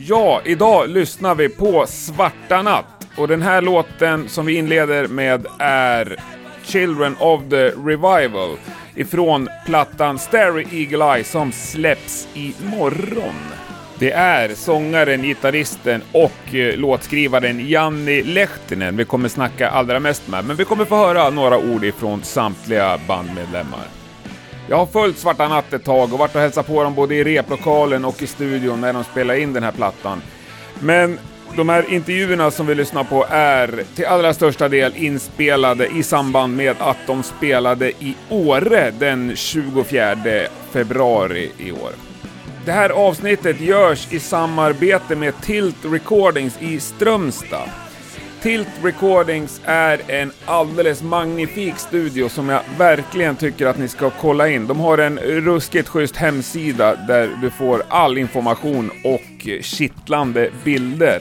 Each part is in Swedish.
Ja, idag lyssnar vi på Svarta natt. Och den här låten som vi inleder med är Children of the Revival ifrån plattan Starry Eagle Eye som släpps imorgon. Det är sångaren, gitarristen och låtskrivaren Janni Lehtinen vi kommer snacka allra mest med. Men vi kommer få höra några ord ifrån samtliga bandmedlemmar. Jag har följt Svarta natt ett tag och varit och hälsat på dem både i replokalen och i studion när de spelar in den här plattan. Men de här intervjuerna som vi lyssnar på är till allra största del inspelade i samband med att de spelade i Åre den 24 februari i år. Det här avsnittet görs i samarbete med Tilt Recordings i Strömstad. Tilt Recordings är en alldeles magnifik studio som jag verkligen tycker att ni ska kolla in. De har en ruskigt schysst hemsida där du får all information och kittlande bilder.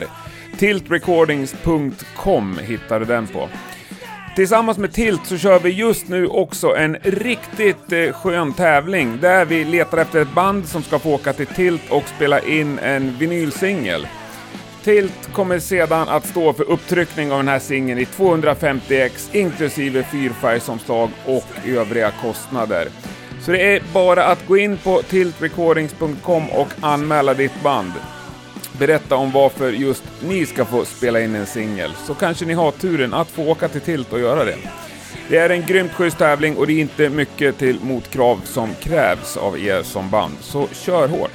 Tiltrecordings.com hittar du den på. Tillsammans med Tilt så kör vi just nu också en riktigt skön tävling där vi letar efter ett band som ska få åka till Tilt och spela in en vinylsingel. Tilt kommer sedan att stå för upptryckning av den här singeln i 250x inklusive fyrfärgsomslag och övriga kostnader. Så det är bara att gå in på tiltrecordings.com och anmäla ditt band. Berätta om varför just ni ska få spela in en singel, så kanske ni har turen att få åka till Tilt och göra det. Det är en grymt schysst tävling och det är inte mycket till motkrav som krävs av er som band, så kör hårt.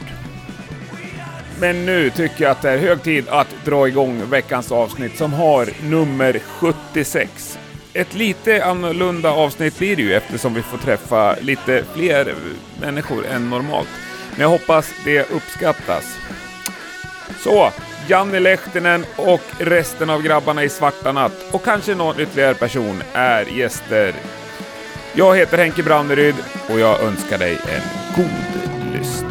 Men nu tycker jag att det är hög tid att dra igång veckans avsnitt som har nummer 76. Ett lite annorlunda avsnitt blir det ju eftersom vi får träffa lite fler människor än normalt. Men jag hoppas det uppskattas. Så, Janni Lehtinen och resten av grabbarna i Svarta natt och kanske någon ytterligare person är gäster. Jag heter Henke Branneryd och jag önskar dig en god lyssning.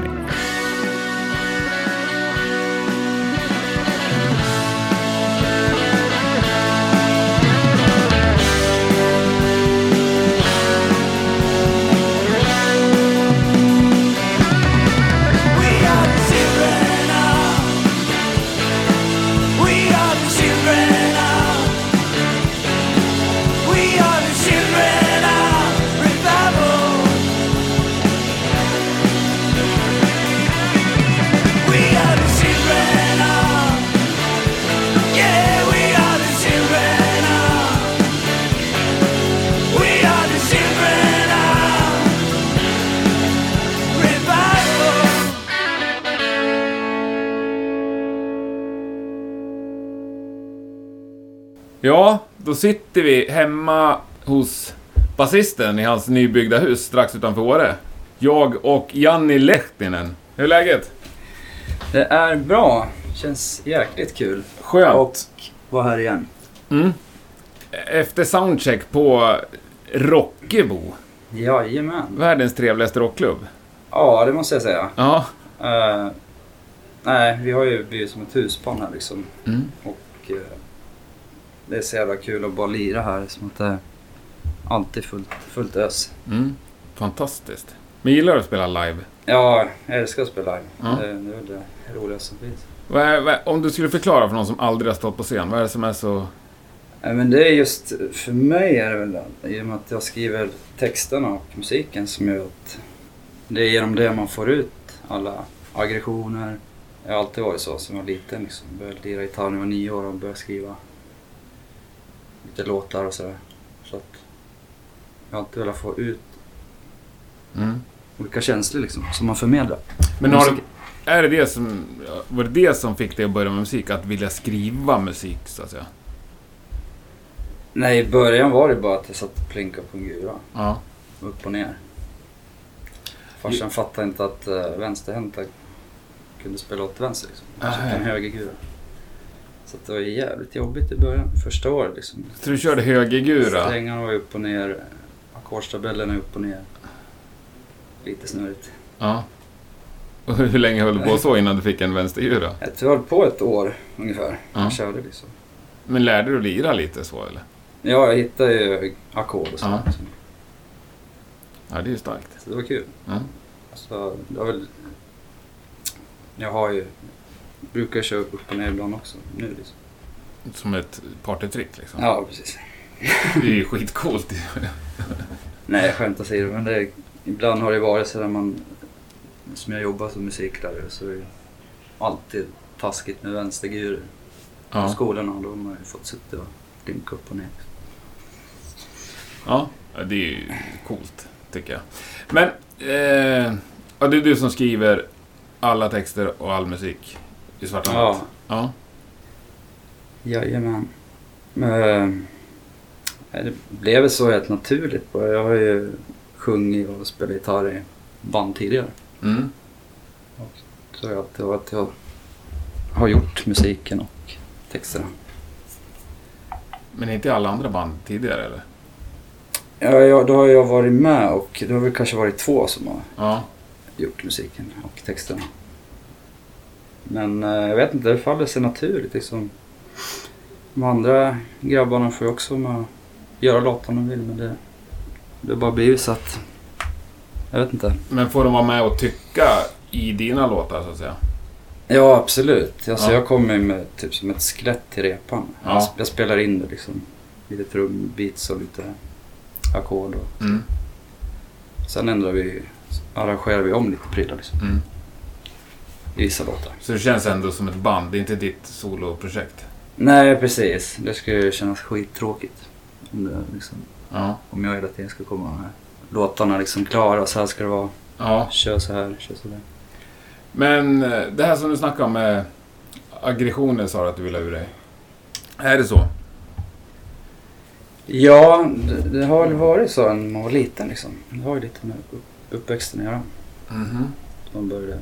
Ja, då sitter vi hemma hos basisten i hans nybyggda hus strax utanför Åre. Jag och Janni Lehtinen. Hur är läget? Det är bra. Känns jäkligt kul. Skönt. Och vara här igen. Mm. Efter soundcheck på Rockebo. Jajamän. Världens trevligaste rockklubb. Ja, det måste jag säga. Ja. Nej, vi har ju blivit som ett husbarn här liksom. Mm. Och det är så jävla kul att bara lira här. Som att det är alltid fullt ös. Mm. Fantastiskt. Men gillar du att spela live? Ja, jag älskar att spela live. Ja. Det är väl det roligaste som finns. Om du skulle förklara för någon som aldrig har stått på scen, vad är det som är så... Men det är just, för mig är det väl i och med att jag skriver texterna och musiken som gör att det är genom det man får ut alla aggressioner. Jag har alltid varit så som jag var liten liksom. Började lira gitarr när jag var 9 år och började skriva lite låtar och sådär. Så att jag har alltid velat få ut olika känslor liksom, som man förmedlar. Men är det som, var det som fick dig att börja med musik? Att vilja skriva musik så att säga? Nej, i början var det bara att jag satt och plinkade på en gura. Ja. Upp och ner. Farsan fattade inte att vänsterhänta kunde spela åt vänster liksom. Jag satt en högergura. Så det var jävligt jobbigt i början, första året liksom. Så du körde högergura? Strängarna var upp och ner, ackordstabellerna upp och ner. Lite snurrigt. Ja. Och hur länge höll du på så innan du fick en vänstergura? Jag höll på ett år ungefär. Ja. Jag körde liksom. Men lärde du lira lite så eller? Ja, jag hittade ju ackord och så. Ja. Ja, det är ju starkt. Så det var kul. Ja. Så det var väl... Jag har ju brukar jag köra upp och ner ibland också. Nu liksom. Som ett partytrick liksom. Ja, precis. Det är ju skitcoolt. Nej, skämt åsido, men ibland har det varit så där som jag jobbar som musiklärare så är det alltid taskigt med vänstergurer på skolorna. Då har man ju fått sitta och klinka upp och ner. Ja, det är ju coolt tycker jag. Men det är du som skriver alla texter och all musik i Svarta Natt? Ja. Jajamän. Det blev så helt naturligt. Jag har ju sjungit och spelat gitarr i band tidigare. Och så har jag alltid varit att jag har gjort musiken och texterna. Men inte alla andra band tidigare eller? Ja, då har jag varit med och det har väl kanske varit 2 som har gjort musiken och texterna. Men jag vet inte, det faller sig naturligt liksom. De andra grabbarna får ju också med göra låtar de vill, men det bara blir så att jag vet inte. Men får de vara med och tycka i dina låtar så att säga? Ja, absolut. Alltså, jag kommer med typ som ett skelett till repan. Jag spelar in det liksom. Lite trumbeats och lite ackord. Sen arrangerar vi om lite prylar liksom. I vissa låtar. Så det känns ändå som ett band, det är inte ditt soloprojekt? Nej, precis. Det skulle kännas skittråkigt. Om jag hela tiden ska komma med låtarna liksom klara, så här ska det vara. Kör så här, kör så där. Men det här som du snackade om med aggressioner sa du att du vill ha ur dig. Är det så? Ja, det har väl varit så när man var liten liksom. Det har ju lite med uppväxten att göra. Man började...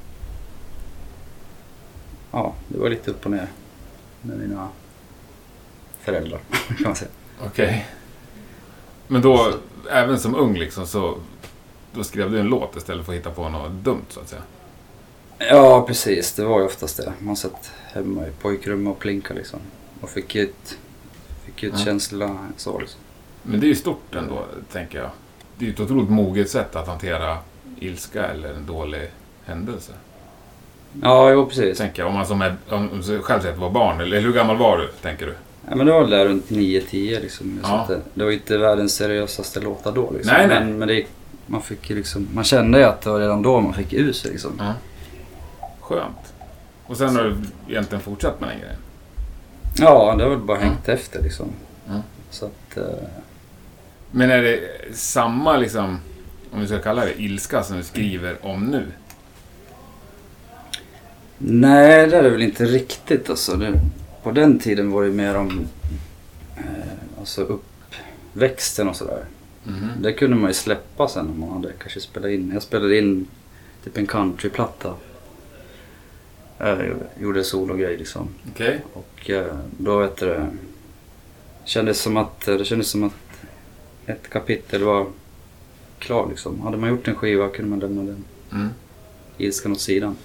Ja, det var lite upp och ner med mina föräldrar kan man säga. Okej. Men då, även som ung liksom, så då skrev du en låt istället för att hitta på något dumt så att säga? Ja, precis. Det var ju oftast det. Man satt hemma i pojkrummet och plinka liksom. Och fick ut känsla så liksom. Men det är ju stort ändå, tänker jag. Det är ju ett otroligt moget sätt att hantera ilska eller en dålig händelse. Ja, jo, precis. Tänker jag, om man själv sett var barn, eller hur gammal var du, tänker du? Ja, men det var där runt 9-10 liksom. Det var inte världens seriösaste låtar då liksom. Nej. Men man fick liksom, man kände ju att det var redan då man fick ur sig liksom. Skönt. Och sen har du egentligen fortsatt med den grejen? Ja, det har väl bara hängt efter liksom. Så att... Men är det samma liksom, om vi ska kalla det ilska som du skriver om nu? Nej, det är det väl inte riktigt alltså. På den tiden var det mer om alltså uppväxten och sådär. Det kunde man ju släppa sen när man hade kanske spelat in. Jag spelade in typ en countryplatta. Jag gjorde solo-grej liksom. Okej. Och då vet du, det kändes som att ett kapitel var klar liksom. Hade man gjort en skiva kunde man lämna den ilskan åt sidan.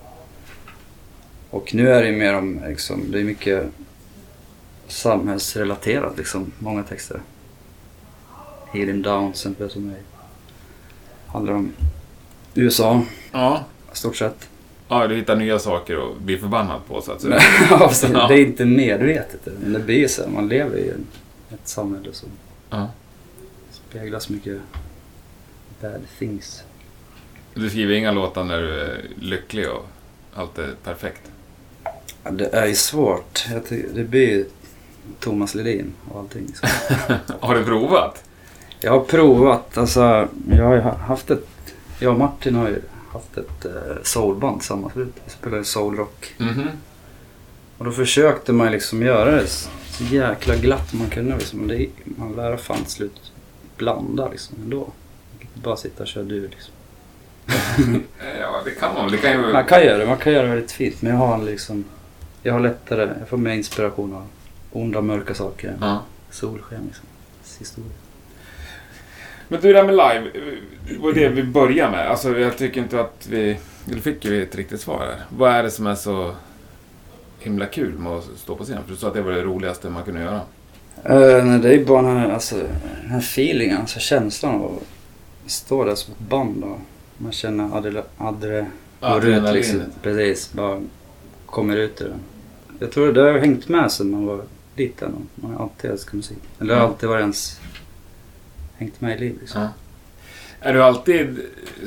Och nu är det mer om liksom, det är mycket samhällsrelaterat liksom, många texter. Healing Down exempel som handlar om USA. Ja. Stort sett. Ja, du hittar nya saker och blir förbannad på så att säga. Alltså, det är inte medvetet, men det blir så. Man lever i ett samhälle som speglas mycket bad things. Du skriver inga låtar när du är lycklig och allt är perfekt? Ja, det är ju svårt. Det blir ju Thomas Ledin och allting. Har du provat? Jag har provat. Alltså, jag och Martin har ju haft ett soulband tillsammans. Vi spelade soulrock. Och då försökte man liksom göra det så jäkla glatt man kunde. Liksom. Man lär fan till slut blanda liksom ändå. Bara sitta och köra dur liksom. Ja, det kan man. Man kan göra det väldigt fint. Men jag har lättare, jag får mer inspiration av onda mörka saker. Solsken liksom. Historia. Men du, det där med live, vad är det vi börjar med? Alltså jag tycker inte att eller fick vi ett riktigt svar här. Vad är det som är så himla kul med att stå på scen? För du sa att det var det roligaste man kunde göra. Nej, det är bara den här feelingen, alltså känslan av att stå där som ett band och man känner adrenalin liksom, precis, bara kommer ut ur den. Jag tror det har hängt med sedan man var liten. Och man har alltid älskat musik. Eller har alltid varit ens hängt med i livet. Liksom. Ja. Är du alltid...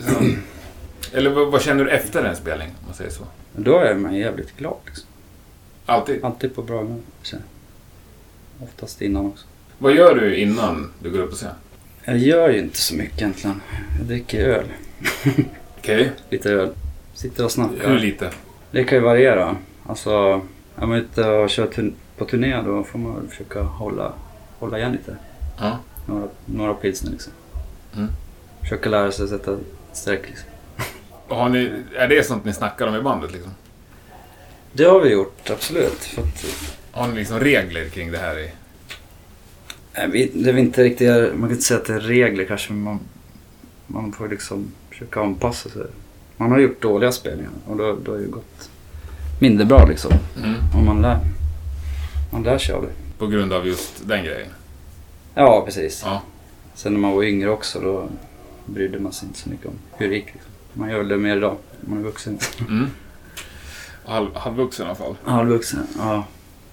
eller vad känner du efter en spelning, om man säger så? Då är man jävligt glad. Liksom. Alltid? Alltid på bra humör. Oftast innan också. Vad gör du innan du går upp och ser? Jag gör ju inte så mycket egentligen. Jag dricker öl. Okej. Lite öl. Sitter och snackar. Hur lite? Det kan ju variera. Alltså, är man ute och kör på turné då får man försöka hålla igen lite. Ja. Några pilsner liksom. Mm. Försöka lära sig sätta sträck liksom. Är det sånt ni snackar om i bandet liksom? Det har vi gjort, absolut. För att, har ni liksom regler kring det här i... det är inte riktigt, man kan inte säga att det är regler kanske, men man får liksom försöka anpassa sig. Man har gjort dåliga spelningar och då har det ju gått mindre bra liksom. Och man lär sig av det. På grund av just den grejen? Ja, precis. Ja. Sen när man var yngre också, då brydde man sig inte så mycket om hur det gick liksom. Man gör det mer idag, man är vuxen. Halvvuxen i alla fall. Halvvuxen, ja.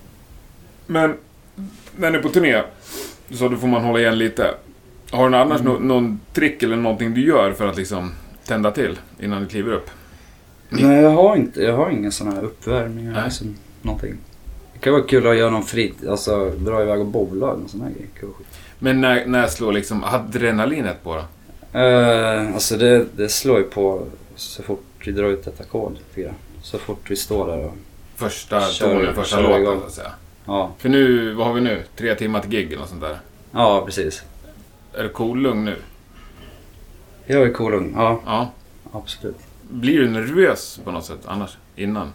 Men när ni är på turné så då får man hålla igen lite. Har du annars någon trick eller någonting du gör för att liksom tända till innan du kliver upp? Nej, jag har ingen sån här uppvärmning liksom, någonting. Det kan vara kul att göra någon alltså dra iväg och bowla eller sån här grej. Men när slår liksom adrenalinet på då? Alltså det slår ju på så fort vi drar ut ett ackord. Så fort vi står där och första tonen, första låten så att säga. Ja. För nu, vad har vi nu? 3 timmar till gig eller sånt där? Ja, precis. Är det kolugn nu? Jag är kolugn, ja. Ja. Absolut. Blir du nervös på något sätt annars, innan?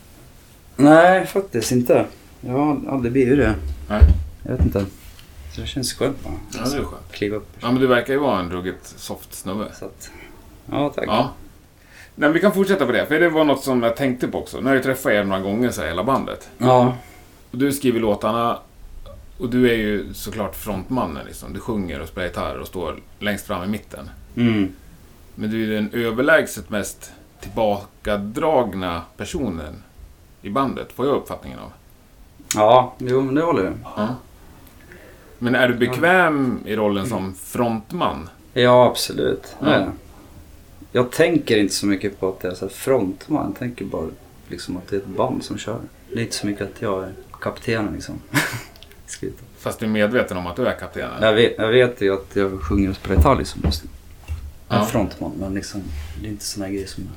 Nej, faktiskt inte. Jag har aldrig blivit det. Nej. Jag vet inte. Så det känns skönt bara. Ja, det är skönt. Kliva upp. Ja, men du verkar ju vara en ruggigt soft snubbe. Så att, ja, tack. Ja. Nej, vi kan fortsätta på det, för det var något som jag tänkte på också. Nu har jag träffat er några gånger så här, hela bandet. Ja. Och du skriver låtarna och du är ju såklart frontmannen liksom. Du sjunger och spelar gitarr och står längst fram i mitten. Mm. Men du är den överlägset mest tillbakadragna personen i bandet, får jag uppfattningen av. Ja, jo, men det håller jag. Ja. Men är du bekväm i rollen som frontman? Ja, absolut. Ja. Jag tänker inte så mycket på att jag är så här frontman. Jag tänker bara liksom att det är ett band som kör. Det är inte så mycket att jag är kaptenen liksom. Fast du är medveten om att du är kaptenen? Jag vet ju att jag sjunger och spelar gitarr liksom. Ja. Frontman, men liksom, det är inte såna grejer som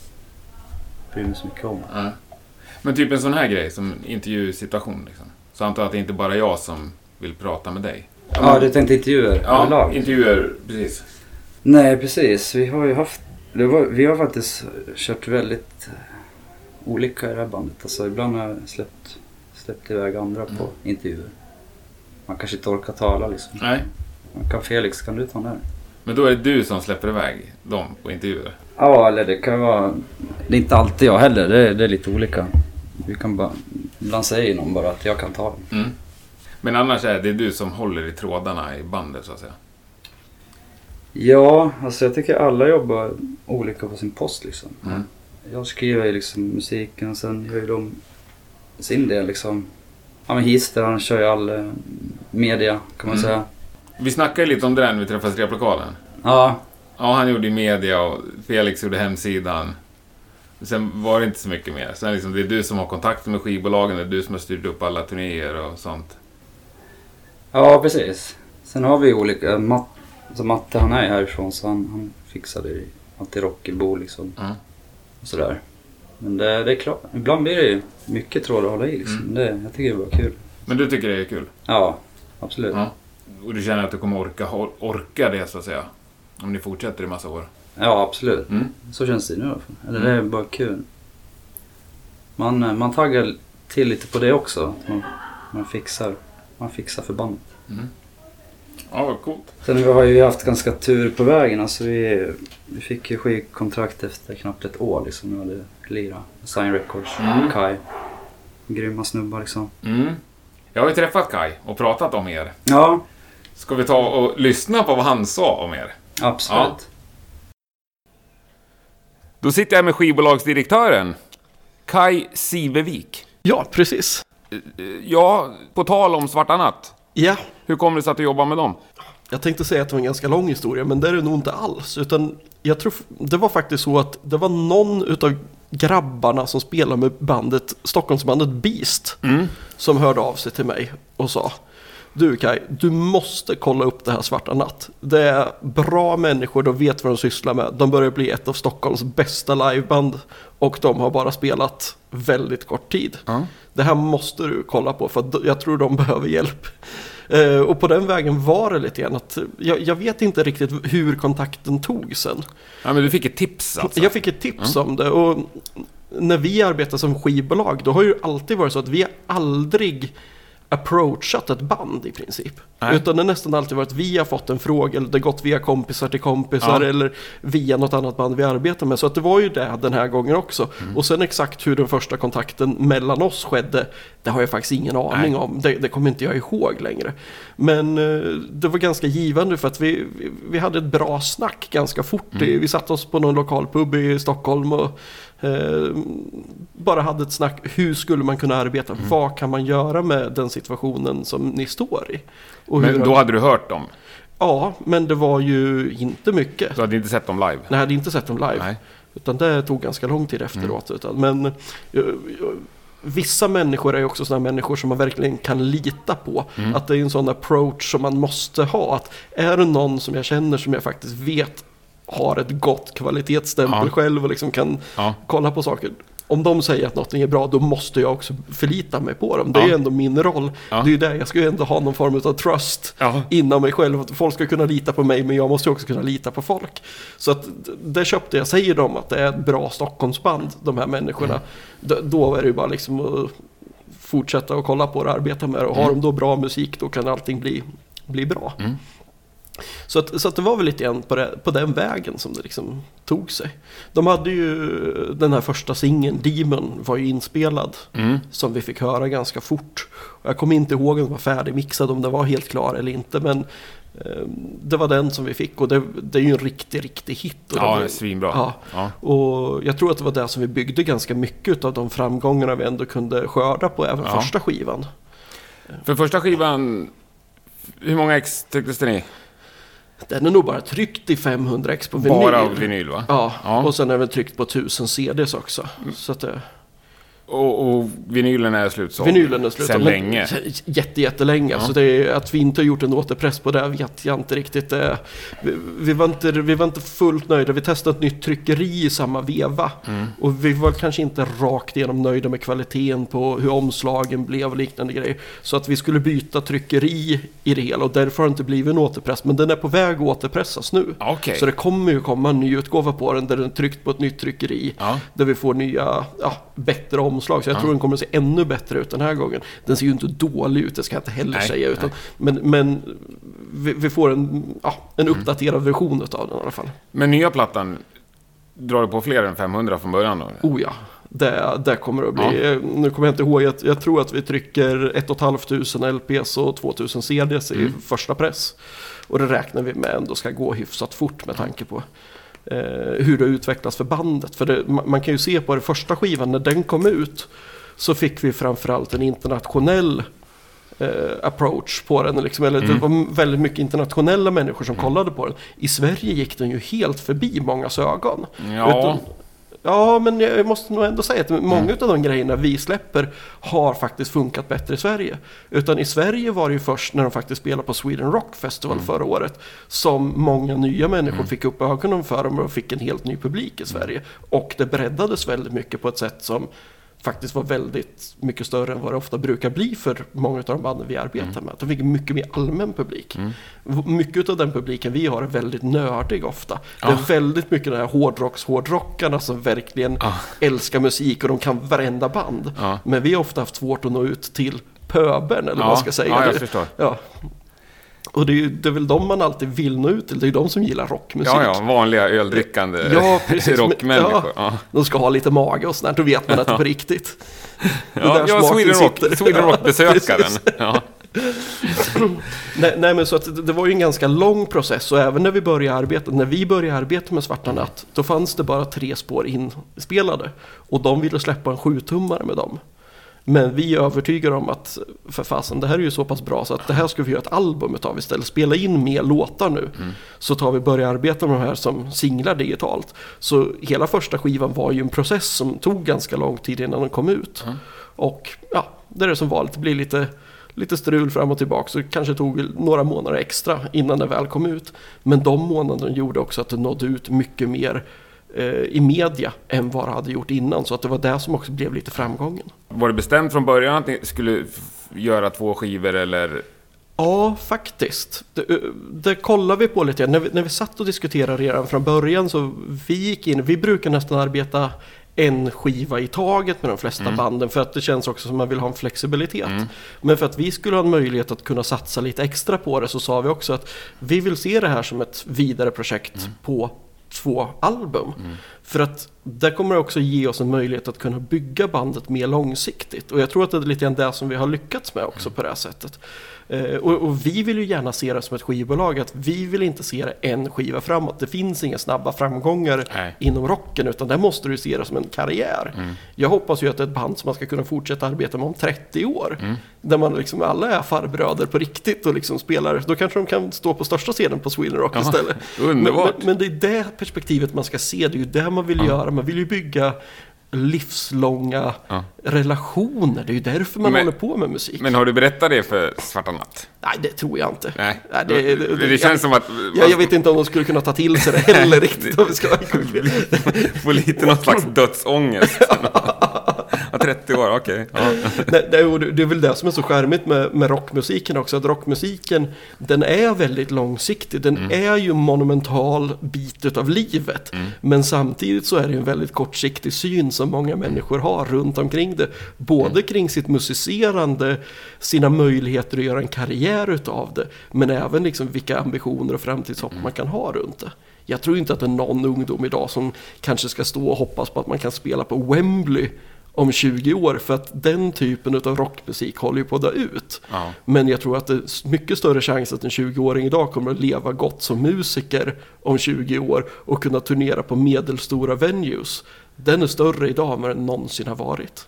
jag bryr mig så mycket om. Ja. Men typ en sån här grej som intervjusituation liksom. Så antar jag att det inte bara är jag som vill prata med dig. Ja, du tänkte intervjuer överlag? Ja, intervjuer, precis. Nej, precis. Vi har ju haft... vi har faktiskt kört väldigt olika i det här bandet. Alltså ibland har jag släppt iväg andra på intervjuer. Man kanske inte orkar tala liksom. Nej. Felix, kan du ta den här? Men då är det du som släpper iväg dem på intervjuer? Ja, eller det kan vara... Det är inte alltid jag heller. Det är lite olika. Vi kan bara... Ibland säger någon bara att jag kan ta den. Mm. Men annars är det du som håller i trådarna i bandet så att säga? Ja, alltså jag tycker alla jobbar olika på sin post liksom. Mm. Jag skriver liksom musiken och sen gör ju de sin del liksom. Ja, men Hister, han kör ju all media kan man säga. Vi snackade lite om det när vi träffades i replokalen. Ja. Ja, han gjorde media och Felix gjorde hemsidan. Sen var det inte så mycket mer. Sen liksom, det är du som har kontakt med skivbolagen, det är du som har styrt upp alla turnéer och sånt. Ja, precis. Sen har vi olika... Matte, han är härifrån så han fixade ju alltid Rockebo liksom. Och sådär. Men det är klart. Ibland blir det ju mycket tråd att hålla i liksom. Jag tycker det var kul. Men du tycker det är kul? Ja, absolut. Ja. Och du känner att du kommer orka det så att säga? Om ni fortsätter i massa år? Ja, absolut. Så känns det nu då. Eller det är bara kul. Man taggar till lite på det också. Man fixar förbandet. Ja, vad coolt. Sen vi har ju haft ganska tur på vägen. Alltså vi fick ju skivkontrakt efter knappt ett år liksom. Vi hade lira. Sign Records. Kai. Grymma snubbar liksom. Jag har ju träffat Kai och pratat om er. Ja. Ska vi ta och lyssna på vad han sa om er? Absolut. Ja. Då sitter jag med skivbolagsdirektören. Kai Sivevik. Ja, precis. Ja, på tal om Svarta Natt. Ja. Hur kommer det sig att du jobbar med dem? Jag tänkte säga att det var en ganska lång historia, men det är det nog inte alls. Utan jag tror det var faktiskt så att det var någon utav grabbarna som spelar med bandet, Stockholmsbandet Beast, som hörde av sig till mig och sa: du Kai, du måste kolla upp det här Svarta Natt. Det är bra människor, de vet vad de sysslar med. De börjar bli ett av Stockholms bästa liveband och de har bara spelat väldigt kort tid. Det här måste du kolla på, för jag tror de behöver hjälp. Och på den vägen var det lite grann att jag vet inte riktigt hur kontakten tog sen. Ja, men du fick ett tips alltså. Jag fick ett tips om det, och när vi arbetar som skivbolag, då har ju alltid varit så att vi har aldrig approachat ett band i princip. Nej. Utan det nästan alltid varit att vi har fått en fråga, eller det gått via kompisar till kompisar, eller via något annat band vi arbetar med. Så att det var ju det den här gången också. Och sen exakt hur den första kontakten mellan oss skedde, det har jag faktiskt ingen aning om. Det kommer inte jag ihåg längre. Men det var ganska givande, för att vi hade ett bra snack ganska fort. Vi satt oss på någon lokal pub i Stockholm och bara hade ett snack. Hur skulle man kunna arbeta? Vad kan man göra med den situationen som ni står i? Och men då hade du hört dem? Ja, men det var ju inte mycket. Du hade inte sett dem live? Nej, jag hade inte sett dem live. Nej. Utan det tog ganska lång tid efteråt. Men vissa människor är också sådana människor som man verkligen kan lita på. Att det är en sån approach som man måste ha. Att är det någon som jag känner, som jag faktiskt vet har ett gott kvalitetsstämpel själv och liksom kan kolla på saker. Om de säger att något är bra, då måste jag också förlita mig på dem. Det är ju ändå min roll. Det är ju det, jag ska ju ändå ha någon form av trust inom mig själv. Att folk ska kunna lita på mig, men jag måste också kunna lita på folk. Så att det köpte jag. Säger de att det är ett bra Stockholmsband, de här människorna, då är det ju bara liksom att fortsätta och kolla på det och arbeta med det. Och har de då bra musik, då kan allting bli bra. Så att det var väl lite grann på den vägen som det liksom tog sig. De hade ju den här första singeln, Demon, var ju inspelad som vi fick höra ganska fort. Jag kommer inte ihåg om den var färdigmixad, om den var helt klar eller inte, men det var den som vi fick, och det är ju en riktig hit. Och ja, det är svinbra. Ja. Och jag tror att det var det som vi byggde ganska mycket av de framgångarna vi ändå kunde skörda på även första skivan. För första skivan, hur många ex trycktes den i? Den är nog bara tryckt i 500 ex på vinyl. Bara vinyl, va? Ja, och sen är den tryckt på 1000 CDs också. Så att och vinylen är slutsåld? Vinylen är slutsåld. Sen länge? Jättelänge. Så det är, att vi inte har gjort en återpress på det vet jag inte riktigt. Vi var inte fullt nöjda. Vi testade ett nytt tryckeri i samma veva. Och vi var kanske inte rakt igenom nöjda med kvaliteten på hur omslagen blev och liknande grejer. Så att vi skulle byta tryckeri i det hela. Och därför har det inte blivit en återpress. Men den är på väg att återpressas nu. Okay. Så det kommer ju komma en ny utgåva på den, där den är tryckt på ett nytt tryckeri. Där vi får nya, bättre omslag. Så jag tror den kommer att se ännu bättre ut den här gången. Den ser ju inte dålig ut, det ska jag inte heller säga. Utan, men vi får en uppdaterad version av den i alla fall. Men nya plattan, drar du på fler än 500 från början då? Oh ja, det kommer att bli. Nu kommer jag inte ihåg, jag tror att vi trycker 1 500 LPs och 2000 CDs i första press. Och det räknar vi med ändå ska gå hyfsat fort med tanke på hur det utvecklas för bandet. För man kan ju se på det första skivan, när den kom ut så fick vi framförallt en internationell approach på den. Liksom, eller det var väldigt mycket internationella människor som kollade på den. I Sverige gick den ju helt förbi mångas ögon. Ja, men jag måste nog ändå säga att många av de grejerna vi släpper har faktiskt funkat bättre i Sverige. Utan i Sverige var det ju först när de faktiskt spelade på Sweden Rock Festival förra året som många nya människor fick upp ögonen för dem och fick en helt ny publik i Sverige. Och det breddades väldigt mycket på ett sätt som faktiskt var väldigt mycket större än vad det ofta brukar bli för många av de banden vi arbetar med. De fick mycket mer allmän publik. Mycket av den publiken vi har är väldigt nördig ofta. Det är väldigt mycket de här hårdrockarna som verkligen älskar musik och de kan varenda band. Men vi har ofta haft svårt att nå ut till pöbeln eller vad man ska säga. Ja, jag förstår. Och det är väl de man alltid vill nå ut till. Det är de som gillar rockmusik. Ja, vanliga öldrickande rockmänniskor. De ska ha lite mage och sånt. Då vet man att det är på riktigt. Sweden Rock-besökaren. Nej, men så att det var ju en ganska lång process, och även när vi började arbeta med Svarta Natt, då fanns det bara 3 spår inspelade, och de ville släppa en 7-tummare med dem. Men vi är övertygade om att för fasen, det här är ju så pass bra så att det här ska vi göra ett album utav istället. Spela in mer låtar nu. Så börja arbeta med de här som singlar digitalt. Så hela första skivan var ju en process som tog ganska lång tid innan den kom ut. Och ja, det är det som vanligt. Det blir lite strul fram och tillbaka, så det kanske tog några månader extra innan det väl kom ut. Men de månaderna gjorde också att det nådde ut mycket mer i media än vad det hade gjort innan, så att det var det som också blev lite framgången. Var det bestämt från början att ni skulle göra 2 skivor eller? Ja, faktiskt. Det kollar vi på lite. När vi satt och diskuterade redan från början, så vi brukar nästan arbeta en skiva i taget med de flesta banden, för att det känns också som man vill ha en flexibilitet. Men för att vi skulle ha en möjlighet att kunna satsa lite extra på det, så sa vi också att vi vill se det här som ett vidare projekt på 2 album. För att det kommer också ge oss en möjlighet att kunna bygga bandet mer långsiktigt. Och jag tror att det är lite grann det som vi har lyckats med också på det här sättet. Och vi vill ju gärna se det som ett skivbolag, att vi vill inte se det en skiva framåt. Det finns inga snabba framgångar inom rocken, utan där måste du se det som en karriär. Jag hoppas ju att det är ett band som man ska kunna fortsätta arbeta med om 30 år. Där man liksom alla är farbröder på riktigt och liksom spelar. Då kanske de kan stå på största scenen på Sweden Rock istället. Underbart. Men det är det perspektivet man ska se. Det är ju det man vill göra. Man vill ju bygga livslånga relationer. Det är ju därför man håller på med musik. Men har du berättat det för Svarta Natt? Nej, det tror jag inte. Nej. Det känns som att jag vet inte om de skulle kunna ta till sig det heller riktigt. Om vi ska få lite någon slags dödsångest. 30 år, okej. Det är väl det som är så charmigt med rockmusiken också. Att rockmusiken, den är väldigt långsiktig. Den är ju en monumental bit utav livet. Men samtidigt så är det ju en väldigt kortsiktig syn som många människor har runt omkring det. Både kring sitt musicerande, sina möjligheter att göra en karriär utav det, men även liksom vilka ambitioner och framtidshopp man kan ha runt det. Jag tror inte att det är någon ungdom idag som kanske ska stå och hoppas på att man kan spela på Wembley om 20 år, för att den typen av rockmusik håller ju på att dö ut. Men jag tror att det är mycket större chans att en 20-åring idag kommer att leva gott som musiker om 20 år och kunna turnera på medelstora venues. Den är större idag än vad den någonsin har varit.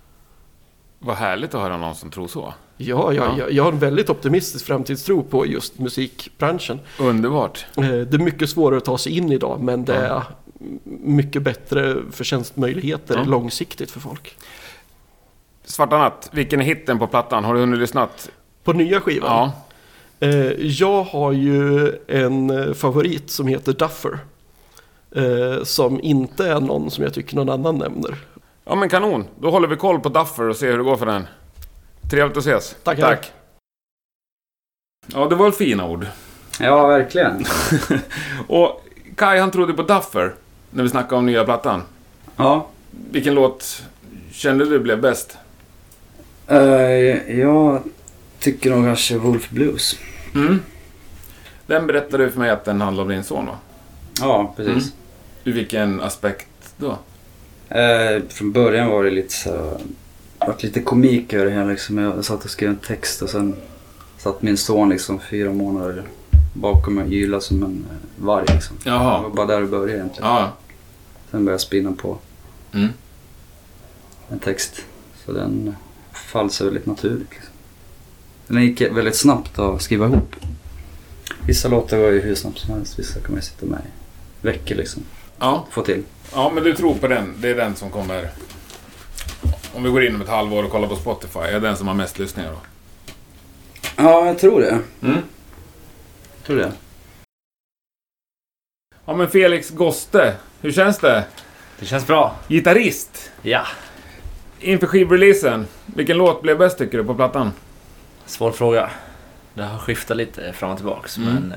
Vad härligt att höra någon som tror så. Ja. Jag har en väldigt optimistisk framtidstro på just musikbranschen. Underbart. Det är mycket svårare att ta sig in idag, men det är mycket bättre förtjänstmöjligheter långsiktigt för folk. Svarta Natt, vilken är hitten på plattan? Har du hunnit lyssnat? På nya skivan? Ja. Jag har ju en favorit som heter Duffer. Som inte är någon som jag tycker någon annan nämner. Ja, men kanon. Då håller vi koll på Duffer och ser hur det går för den. Trevligt att ses. Tack. Ja, det var ett fina ord. Ja, verkligen. Och Kai, han trodde på Duffer när vi snackade om nya plattan. Ja. Vilken låt kände du blev bäst? Jag tycker nog kanske Wolf Blues. Den berättade du för mig att den handlar om din son, va? Ja, precis. Ur vilken aspekt då? Från början var det lite så, lite komik över det här liksom. Jag satt och skrev en text och sen satt min son liksom 4 månader bakom mig och gylade som en varg liksom. Jaha. Det var bara där det började egentligen. Ja. Sen började jag spinna på en text. Så den fall sig väldigt naturligt liksom. Den gick väldigt snabbt att skriva ihop. Vissa låtar var ju hur snabbt som helst. Vissa kan man sitta med i veckor liksom. Ja. Få till. Ja, men du tror på den. Det är den som kommer... Om vi går in om ett halvår och kollar på Spotify, är den som har mest lyssningar då? Ja, jag tror det. Jag tror det. Ja, men Felix Goste, hur känns det? Det känns bra. Gitarrist. Ja. Inför skivreleasen, vilken låt blev bäst tycker du på plattan? Svår fråga. Det har skiftat lite fram och tillbaks. Men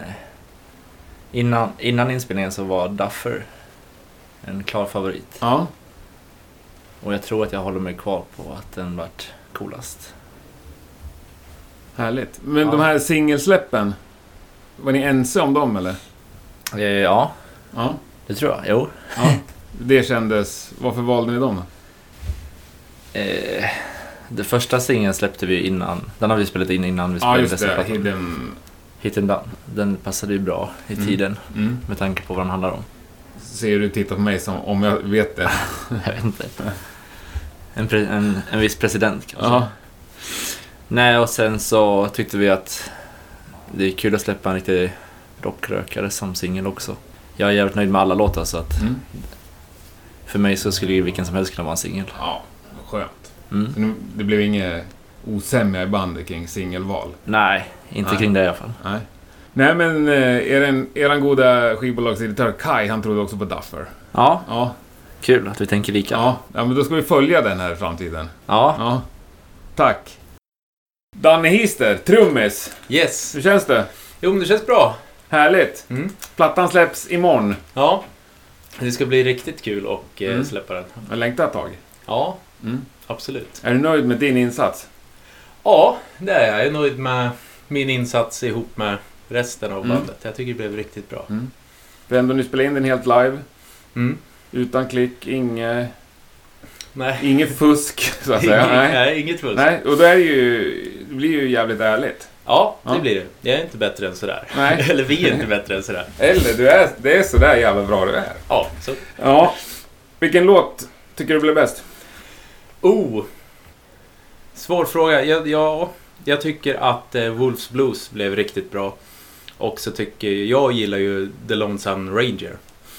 innan inspelningen så var Duffer en klar favorit. Ja. Och jag tror att jag håller mig kvar på att den vart coolast. Härligt. Men de här singelsläppen, var ni ense om dem eller? Ja. Ja. Det tror jag. Jo. Ja. Det kändes... Varför valde ni dem? Det första singeln släppte vi innan. Den har vi spelat in innan vi spelade just det. Hidden Down. Den passade ju bra i tiden med tanke på vad den handlar om. Ser du tittar på mig som om jag vet det? Jag vet inte. En viss president kanske. Ja. Nej, och sen så tyckte vi att det är kul att släppa en riktig rockrökare som singel också. Jag är jävligt nöjd med alla låtar så att för mig så skulle ju vilken som helst kunna vara en singel. Ja, skönt. Det blev inget osämja i bandet kring singelval? Nej, inte kring det i alla fall. Nej, men eran goda skivbolagseditor Kai, han trodde också på Duffer. Ja. Kul att vi tänker lika. Ja, men då ska vi följa den här i framtiden. Ja. Tack. Danne Hister, trummis. Yes. Hur känns det? Jo, men det känns bra. Härligt. Plattan släpps imorgon. Ja. Det ska bli riktigt kul och släppa den. Jag längtar ett tag. Ja, absolut. Är du nöjd med din insats? Ja, det är jag. Jag är nöjd med min insats ihop med resten av bandet. Jag tycker det blev riktigt bra. För ändå ni spelar in den helt live. Utan klick, inget fusk så att säga. Nej, inget fusk. Nej, och då är det blir ju jävligt ärligt. Ja, det blir det. Jag är inte bättre än sådär. Nej. Eller vi är inte bättre än sådär. Eller det är sådär jävla bra du är. Ja, så. Ja. Vilken låt tycker du blev bäst? Svår fråga. Jag tycker att Wolf's Blues blev riktigt bra. Och så tycker jag gillar ju The Lonesome Ranger.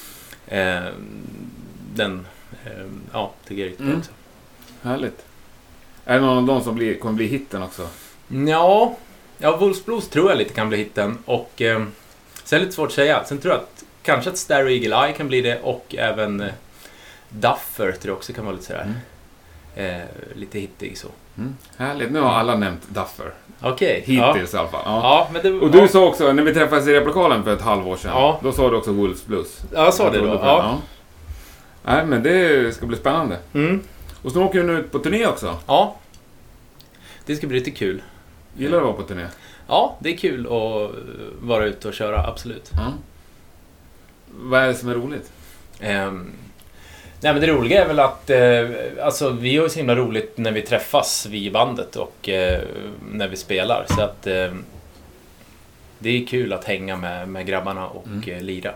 Den tycker jag är riktigt bra också. Härligt. Är det någon av dem som kommer bli hitten också? Ja, Wolf's Blues tror jag lite kan bli hitten. Och sen är det lite svårt att säga. Sen tror jag att kanske att Starry Eagle Eye kan bli det. Och även Duffer tror jag också kan vara lite sådär. Lite hittig så. Härligt, nu har alla nämnt Duffer. Okej. Hittills i alla fall. Ja, men det, och du sa också, när vi träffades i replokalen för ett halvår sedan, då sa du också Wolf's Blues. Ja, jag sa det då. Ja. Nej, men det ska bli spännande. Och så åker du nu ut på turné också. Ja, det ska bli lite kul. Gillar du att vara på turné? Ja, det är kul att vara ute och köra, absolut. Vad är det som är roligt? Nej, men det roliga är väl att vi har ju så himla roligt när vi träffas vi i bandet och när vi spelar. Så att det är kul att hänga med grabbarna och lira.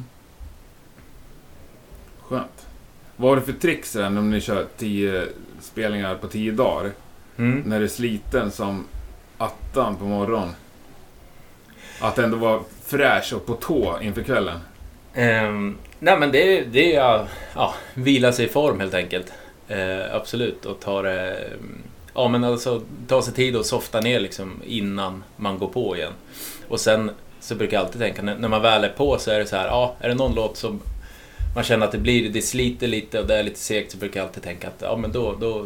Skönt. Vad har du för tricks sen om ni kör 10 spelningar på 10 dagar? När det är sliten som attan på morgon. Att ändå vara fräsch och på tå inför kvällen. Nej, men det är vila sig i form helt enkelt. Absolut. Och ta det... Ja, men alltså ta sig tid och softa ner liksom innan man går på igen. Och sen så brukar jag alltid tänka, när man väl är på så är det så här, är det någon låt som man känner att det sliter lite och det är lite segt, så brukar jag alltid tänka att men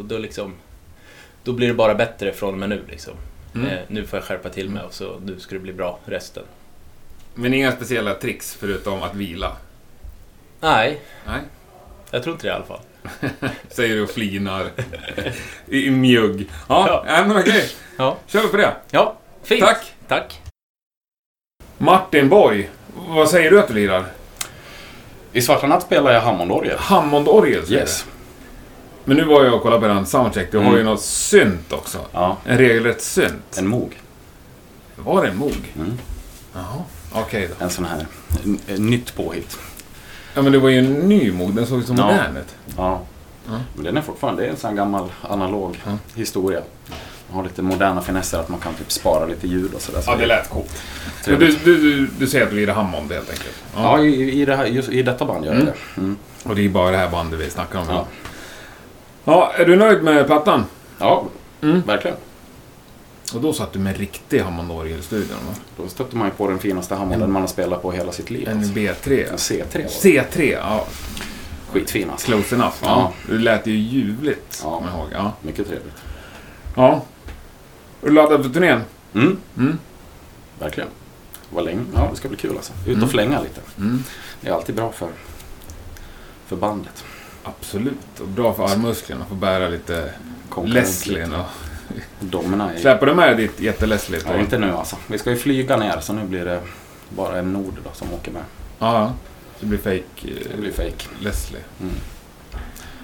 då blir det bara bättre från och med nu liksom. Nu får jag skärpa till mig och så nu ska det bli bra resten. Men inga speciella tricks förutom att vila? Nej. Jag tror inte det i alla fall. Säger du och flinar i mjugg. Ja, men okej. Ja. Kör vi på det. Ja, fint. Tack. Martin Borg, vad säger du att du lirar? I Svarta Natt spelar jag Hammondorgel. Hammondorgel, säger Yes. det. Men nu var jag och kollade på den soundcheck. Du har ju något synt också. Ja. En regelrätt synt. En Moog. Var det en Moog? Jaha, okej då. En sån här nytt påhitt. Ja, men det var ju en ny Moog. Den såg så modern ut. Ja. Men den är fortfarande, det är en sån gammal analog historia. Man har lite moderna finesser att man kan typ spara lite ljud och sådär. Ja, det lät coolt. Du säger att du lirar Hammond helt enkelt. Ja, i detta band gör jag det. Och det är bara det här bandet vi snackar om. Ja, är du nöjd med plattan? Ja, verkligen. Och då satt du med riktig Hammondorgel i studion, va? Då stötte man ju på den finaste Hammonden man har spelat på hela sitt liv. En alltså. B3. En C3. C3, ja. Skitfin alltså. Close enough. Ja. Det lät ju ljuvligt. Ja, ihåg. Ja. Mycket trevligt. Ja. Är du laddad för turnén? Verkligen. Vad länge. Ja, det ska bli kul alltså. Ut och flänga lite. Det är alltid bra för bandet. Absolut. Och bra för armmusklerna. Få bära lite Leslie. Släpper du med ditt jätte-Leslie? Ja, inte nu alltså. Vi ska ju flyga ner, så nu blir det bara en Nord då som åker med. Ja, det blir fake. Det blir fake. Leslie.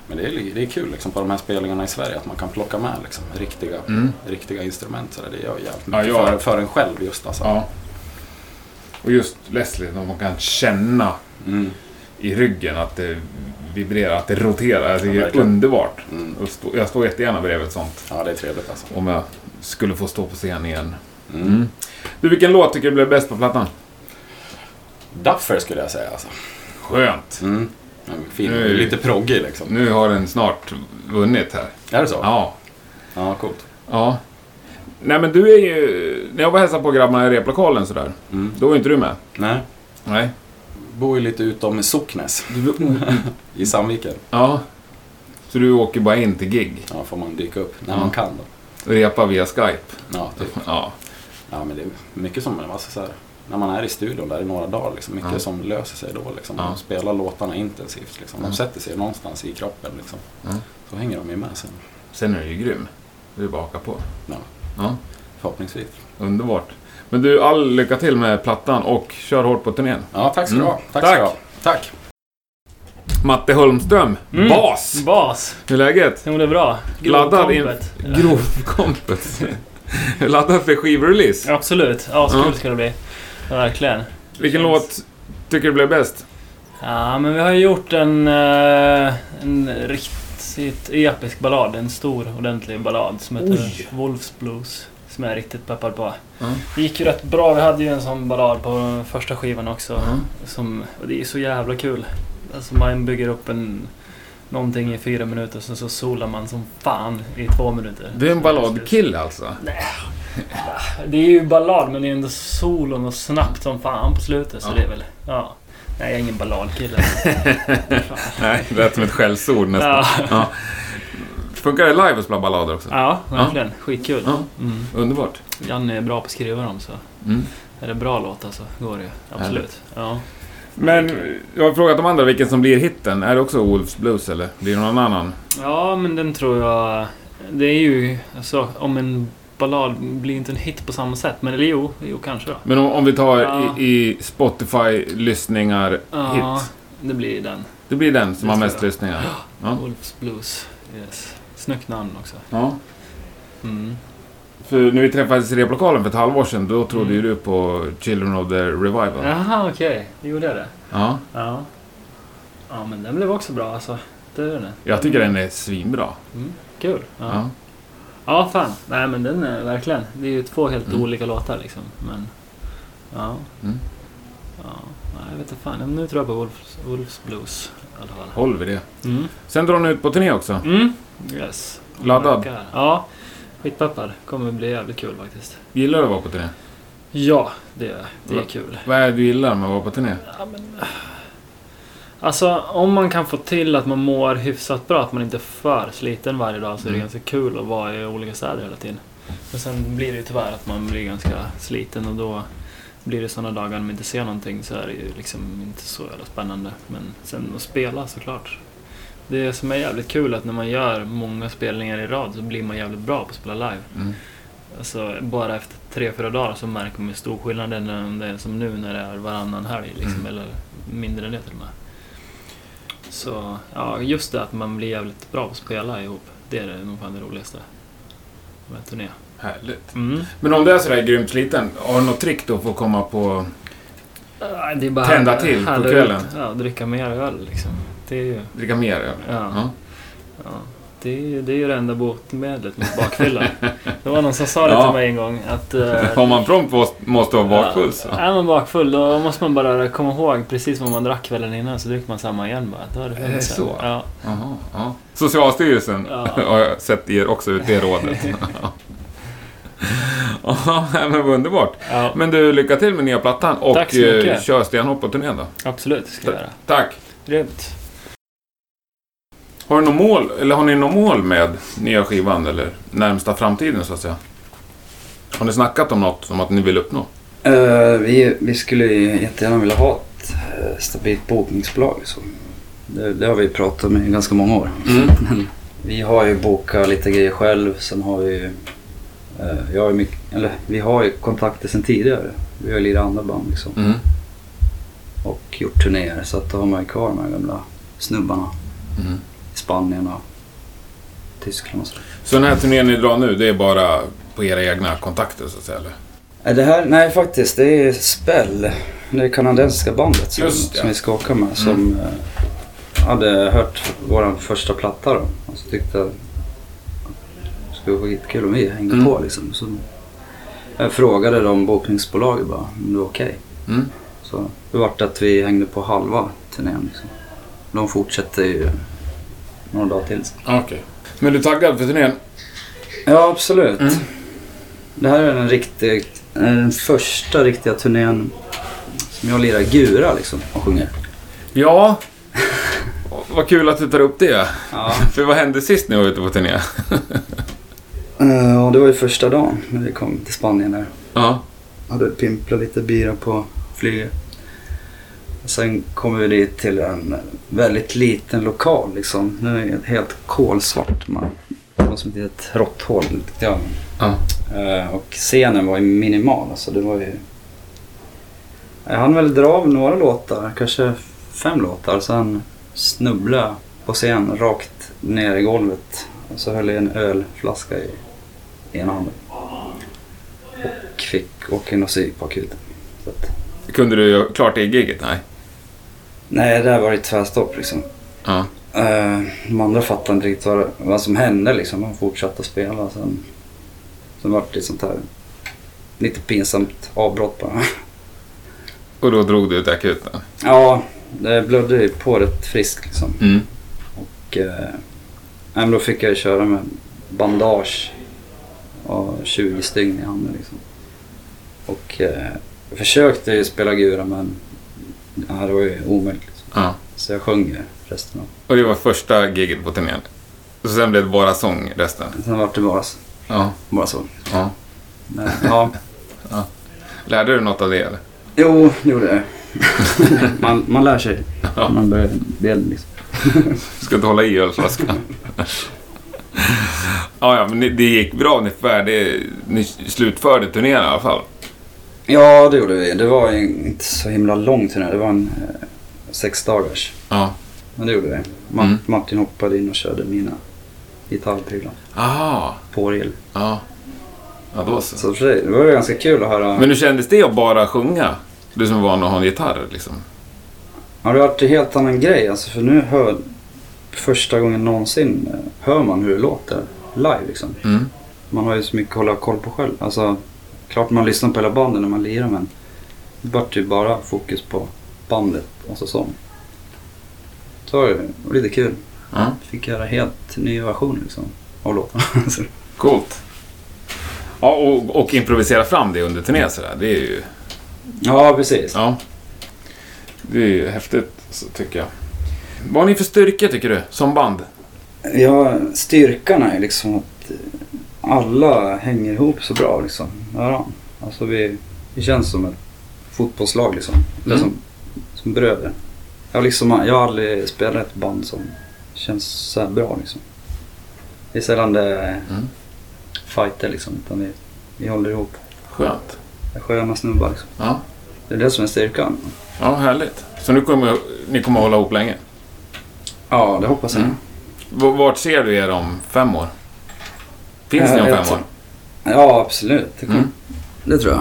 Men det är kul liksom, på de här spelningarna i Sverige att man kan plocka med liksom, riktiga instrument. Så det gör jävligt mycket för en själv just alltså. Ja. Och just Leslie, man kan känna i ryggen att det vibrerar, att det roterar. Jag tycker det är underbart. Jag står jättegärna bredvid ett sånt. Ja, det är trevligt alltså. Om jag skulle få stå på scen igen. Du, vilken låt tycker du blev bäst på plattan? Duffer skulle jag säga alltså. Skönt. Fin, lite proggig liksom. Nu har den snart vunnit här. Är det så? Ja. Ja, coolt. Ja. Nej, men du är ju... När jag var hälsade på grabbarna i replokalen sådär, då var inte du med. Nej. Bor ju lite utom Socknäs. I Sandviken. Ja. Så du åker bara in till gig? Ja, får man dyka upp när man kan då. Och repa via Skype? Ja, typ. Ja, men det är mycket som alltså, så här, när man är i studion där i några dagar liksom, mycket som löser sig då liksom. De spelar låtarna intensivt liksom. De sätter sig någonstans i kroppen liksom. Så hänger de ju med sen. Sen är det ju grym. Du är bara haka på. Ja. Förhoppningsvis. Underbart. Men du, all lycka till med plattan och kör hårt på turnén. Ja, tack ska du ha. Tack. Matte Holmström, bas. Hur är läget? Jo, det är bra. Grovkompet. Laddad för skivrelease? Absolut. Ja, så kul ska det bli. Ja, verkligen. Vilken låt tycker du blev bäst? Ja, men vi har gjort en riktigt episk ballad. En stor, ordentlig ballad som heter Wolf's Blues. Som jag är riktigt peppad på. Det gick ju rätt bra. Vi hade ju en sån ballad på första skivan också. Och det är så jävla kul. Alltså man bygger upp någonting i 4 minuter, så solar man som fan i 2 minuter. Det är en balladkille alltså? Nej. Det är ju ballad, men det är ändå solon och snabbt som fan på slutet. Så det är väl, Nej, jag är ingen balladkille. Nej, det lät som ett skällsord nästan. Ja. Funkar det live att spela ballader också? Ja, verkligen. Skitkul. Underbart. Janne är bra på att skriva dem, så är det bra låt alltså, går det ju. Absolut. Ja. Men jag har frågat de andra vilken som blir hitten. Är det också Wolf's Blues eller blir det någon annan? Ja, men den tror jag... Det är ju... Alltså, om en ballad blir inte en hit på samma sätt. Men eller jo kanske då. Men om vi tar i Spotify-lyssningar hit. Det blir den. Det blir den som har mest lyssningar. Ja. Wolf's Blues, yes. Snyggt namn också. Ja. För när vi träffades i replokalen för ett halvår sedan, då trodde ju du på Children of the Revival. Jaha, okej. Det gjorde jag det. Ja. Ja, men den blev också bra alltså. Det är den. Jag tycker den är svinbra. Kul. Ja, fan. Nej, men den är verkligen. Det är ju 2 helt olika låtar liksom. Men, nej, jag vet inte fan. Nu tror jag på Wolf's Blues i alla fall. Håll vi det. Sen drar ni ut på turné också. Yes. Laddad? Ja. Skitpeppad. Kommer bli jävligt kul faktiskt. Gillar du att vara på turné? Ja, det är kul. Vad är det du gillar med att vara på turné? Ja, men... Alltså, om man kan få till att man mår hyfsat bra, att man inte är för sliten varje dag, så är det ganska kul att vara i olika städer hela tiden. Men sen blir det ju tyvärr att man blir ganska sliten, och då blir det sådana dagar när man inte ser någonting, så är det ju liksom inte så jävla spännande. Men sen att spela såklart. Det som är jävligt kul är att när man gör många spelningar i rad så blir man jävligt bra på att spela live. Alltså bara efter 3-4 dagar så märker man stor skillnad än det är som nu när det är varannan helg liksom, eller mindre än det till och med. Så ja, just det att man blir jävligt bra på att spela ihop, det är nog fan det roligaste med turné. Härligt. Men om det är sådär grymt sliten, har du något trick då för att komma på det är bara tända till på kvällen? Ja, dricka mer öl liksom. Det är ju... Dricka mer öl? Ja. Det är ju det enda botemedlet mot bakfylla. Det var någon som sa det till mig en gång att... Om man prompt måste vara bakfull så. Är man bakfull då måste man bara komma ihåg precis vad man drack kvällen innan, så dricker man samma igen bara. Då är det så? Ja. Aha. Socialstyrelsen har jag sett er också ut det rådet. Ja, men underbart. Ja. Men du, lycka till med nya plattan och kör stenhopp på turnén då. Absolut, ska jag göra. Tack. Grymt. Har ni något mål med nya skivan eller närmsta framtiden så att säga? Har ni snackat om något som att ni vill uppnå? Vi skulle jättegärna vilja ha ett stabilt bokningsbolag. Så. Det har vi pratat med i ganska många år. Men vi har ju bokat lite grejer själv. Sen har vi vi har ju kontakter sen tidigare. Vi har lite andra band liksom. Och gjort turnéer, så att då har man ju kvar de här gamla snubbarna. Spanien och Tyskland och så. Så den här turnén ni drar nu, det är bara på era egna kontakter så att säga, eller? Det här, nej faktiskt, det är Spell. Det är kanadensiska bandet som vi ska åka med. Som hade hört vår första platta då. Och så tyckte jag det skulle vara jättekul om vi hängde på liksom. Så jag frågade de bokningsbolaget bara om det var okej. Så det var att vi hängde på halva turnén liksom. De fortsätter ju några dagar till. Okej. Men du är taggad för turnén? Ja, absolut. Det här är den första riktiga turnén som jag lirar gura liksom och sjunger. Ja, vad kul att du tar upp det. Ja. För vad hände sist när jag var ute på turné? Och det var ju första dagen när vi kom till Spanien där. Ja. Hade pimplat lite bira på flyget. Sen kom vi dit till en väldigt liten lokal liksom. Det är helt kolsvart. Det var som ett råtthål. Ja. Och scenen var ju minimal. Alltså det var ju... Jag hann väl dra av några låtar. Kanske 5 låtar. Sen snubblade på scen rakt ner i golvet. Och så höll jag en ölflaska i ena handen. Och fick åka in och sy på akuten. Så att... Kunde du göra klart det i giget? Nej, där var det tvärstopp liksom. Ja. De andra fattade inte riktigt vad som hände liksom. De fortsatte att spela. Sen var det sånt här lite pinsamt avbrott bara. Och då drog du ut akuten? Ja, det blödde ju på rätt friskt liksom. Och men då fick jag köra med bandage och 20 stygn i handen liksom. Och jag försökte ju spela gura men det var ju omöjligt liksom. Ja. Så jag sjöng ju resten av. Och det var första giget på turnén? Och sen blev det bara sång resten? Sen var det bara så. Ja. Men, ja. Ja. Lärde du något av det eller? Jo, gjorde det. man lär sig. Ja. Man börjar bli liksom. Ska inte hålla i ölflaskan. Ja, men det gick bra ungefär. Ni slutförde turnén i alla fall. Ja, det gjorde vi. Det var inte så himla lång turné. Det var en 6 dagars. Ja. Men det gjorde vi. Martin hoppade in och körde mina gitarrprylar. Aha. På orgel. Ja. Ja, då så. Så för det var ju ganska kul att höra. Men hur kändes det att bara sjunga? Du som var att ha en gitarr liksom. Ja, det har varit en helt annan grej. Alltså, för nu första gången någonsin hör man hur det låter live liksom. Man har ju så mycket att hålla koll på själv. Alltså, klart man lyssnar på hela banden när man lirar, men det var ju bara fokus på bandet och så. Så var det lite kul. Ja. Fick göra helt ny version liksom, av låtarna. Coolt. Ja, och improvisera fram det under turnén sådär. Det är ju... Ja, precis. Ja. Det är ju häftigt, så tycker jag. Vad har ni för styrka tycker du, som band? Ja, styrkan är liksom att alla hänger ihop så bra liksom. Ja, alltså vi känns som ett fotbollslag liksom. Eller som bröder. Jag har aldrig spelat ett band som känns så här bra liksom. Det är sällan det fighter liksom, utan vi håller ihop. Skönt. Jag sköna snubbar liksom. Ja. Det är det som är styrkan. Ja, härligt. Så nu kommer ni hålla ihop länge? Ja, det hoppas jag. Vart ser du er om 5 år? Finns ni om 5 år? Ja, absolut. Det tror jag.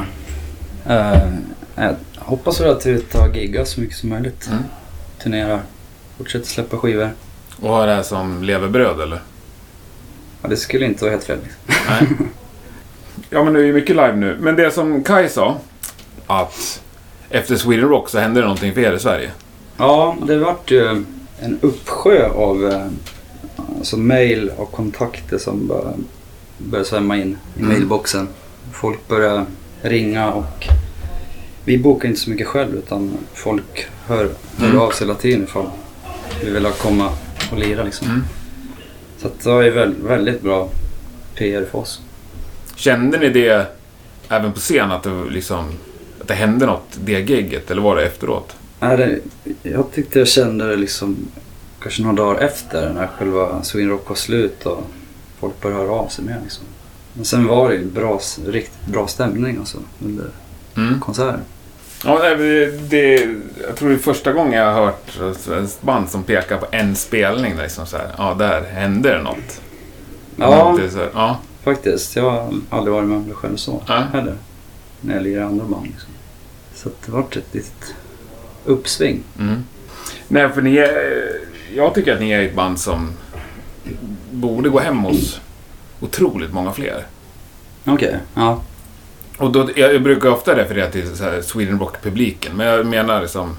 Jag hoppas att vi tar gigga så mycket som möjligt. Turnerar. Fortsätter släppa skivor. Och har det här som levebröd eller? Ja, det skulle inte vara helt fel liksom. Nej. Ja, men det är ju mycket live nu. Men det som Kai sa, att efter Sweden Rock så hände det någonting för er i Sverige. Ja, det vart ju en uppsjö av alltså mail och kontakter som började svämma in i mailboxen. Folk började ringa och vi bokar inte så mycket själv, utan folk hör av sig hela tiden ifall vi vill komma och lira liksom. Så att det var ju väldigt bra PR för oss. Kände ni det även på scen att det hände något det gigget, eller var det efteråt? Nej, jag tyckte jag kände det liksom kanske några dagar efter när själva Sweden Rock var slut och folk började höra av sig mer liksom. Men sen var det ju riktigt bra stämning alltså under konserten. Ja, jag tror det är första gången jag har hört ett band som pekar på en spelning. Liksom så här, ja, där händer det något. Ja, så här, ja, faktiskt. Jag har aldrig varit med om det själv så heller. När jag lirar andra band. Liksom. Så det var ett litet uppsving. Mm. Nej, för jag tycker att ni är ett band som borde gå hem hos otroligt många fler. Okej, ja. Och då, jag brukar ofta referera till så här Sweden Rock-publiken, men jag menar liksom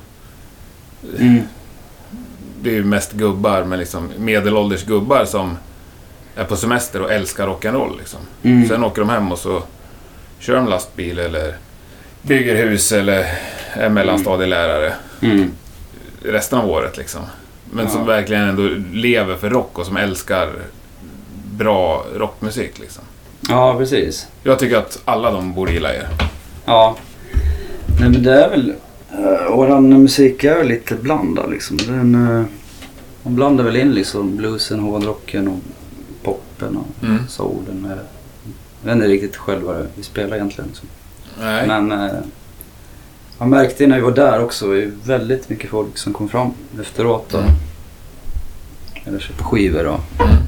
det är ju mest gubbar, men liksom medelålders gubbar som är på semester och älskar rock'n'roll liksom. Sen åker de hem och så kör de lastbil eller bygger hus eller är mellanstadielärare resten av året liksom. Men som verkligen ändå lever för rock och som älskar bra rockmusik liksom. Ja, precis. Jag tycker att alla de borde gilla er. Ja. Nej, men det är väl... våran musik är väl lite blandad liksom. Man blandar väl in liksom bluesen, hårdrocken och poppen och soulen. Jag vet inte riktigt själv vad vi spelar egentligen liksom. Nej. Men man märkte när vi var där också, det är väldigt mycket folk som kom fram efteråt då. Eller köper skivor då.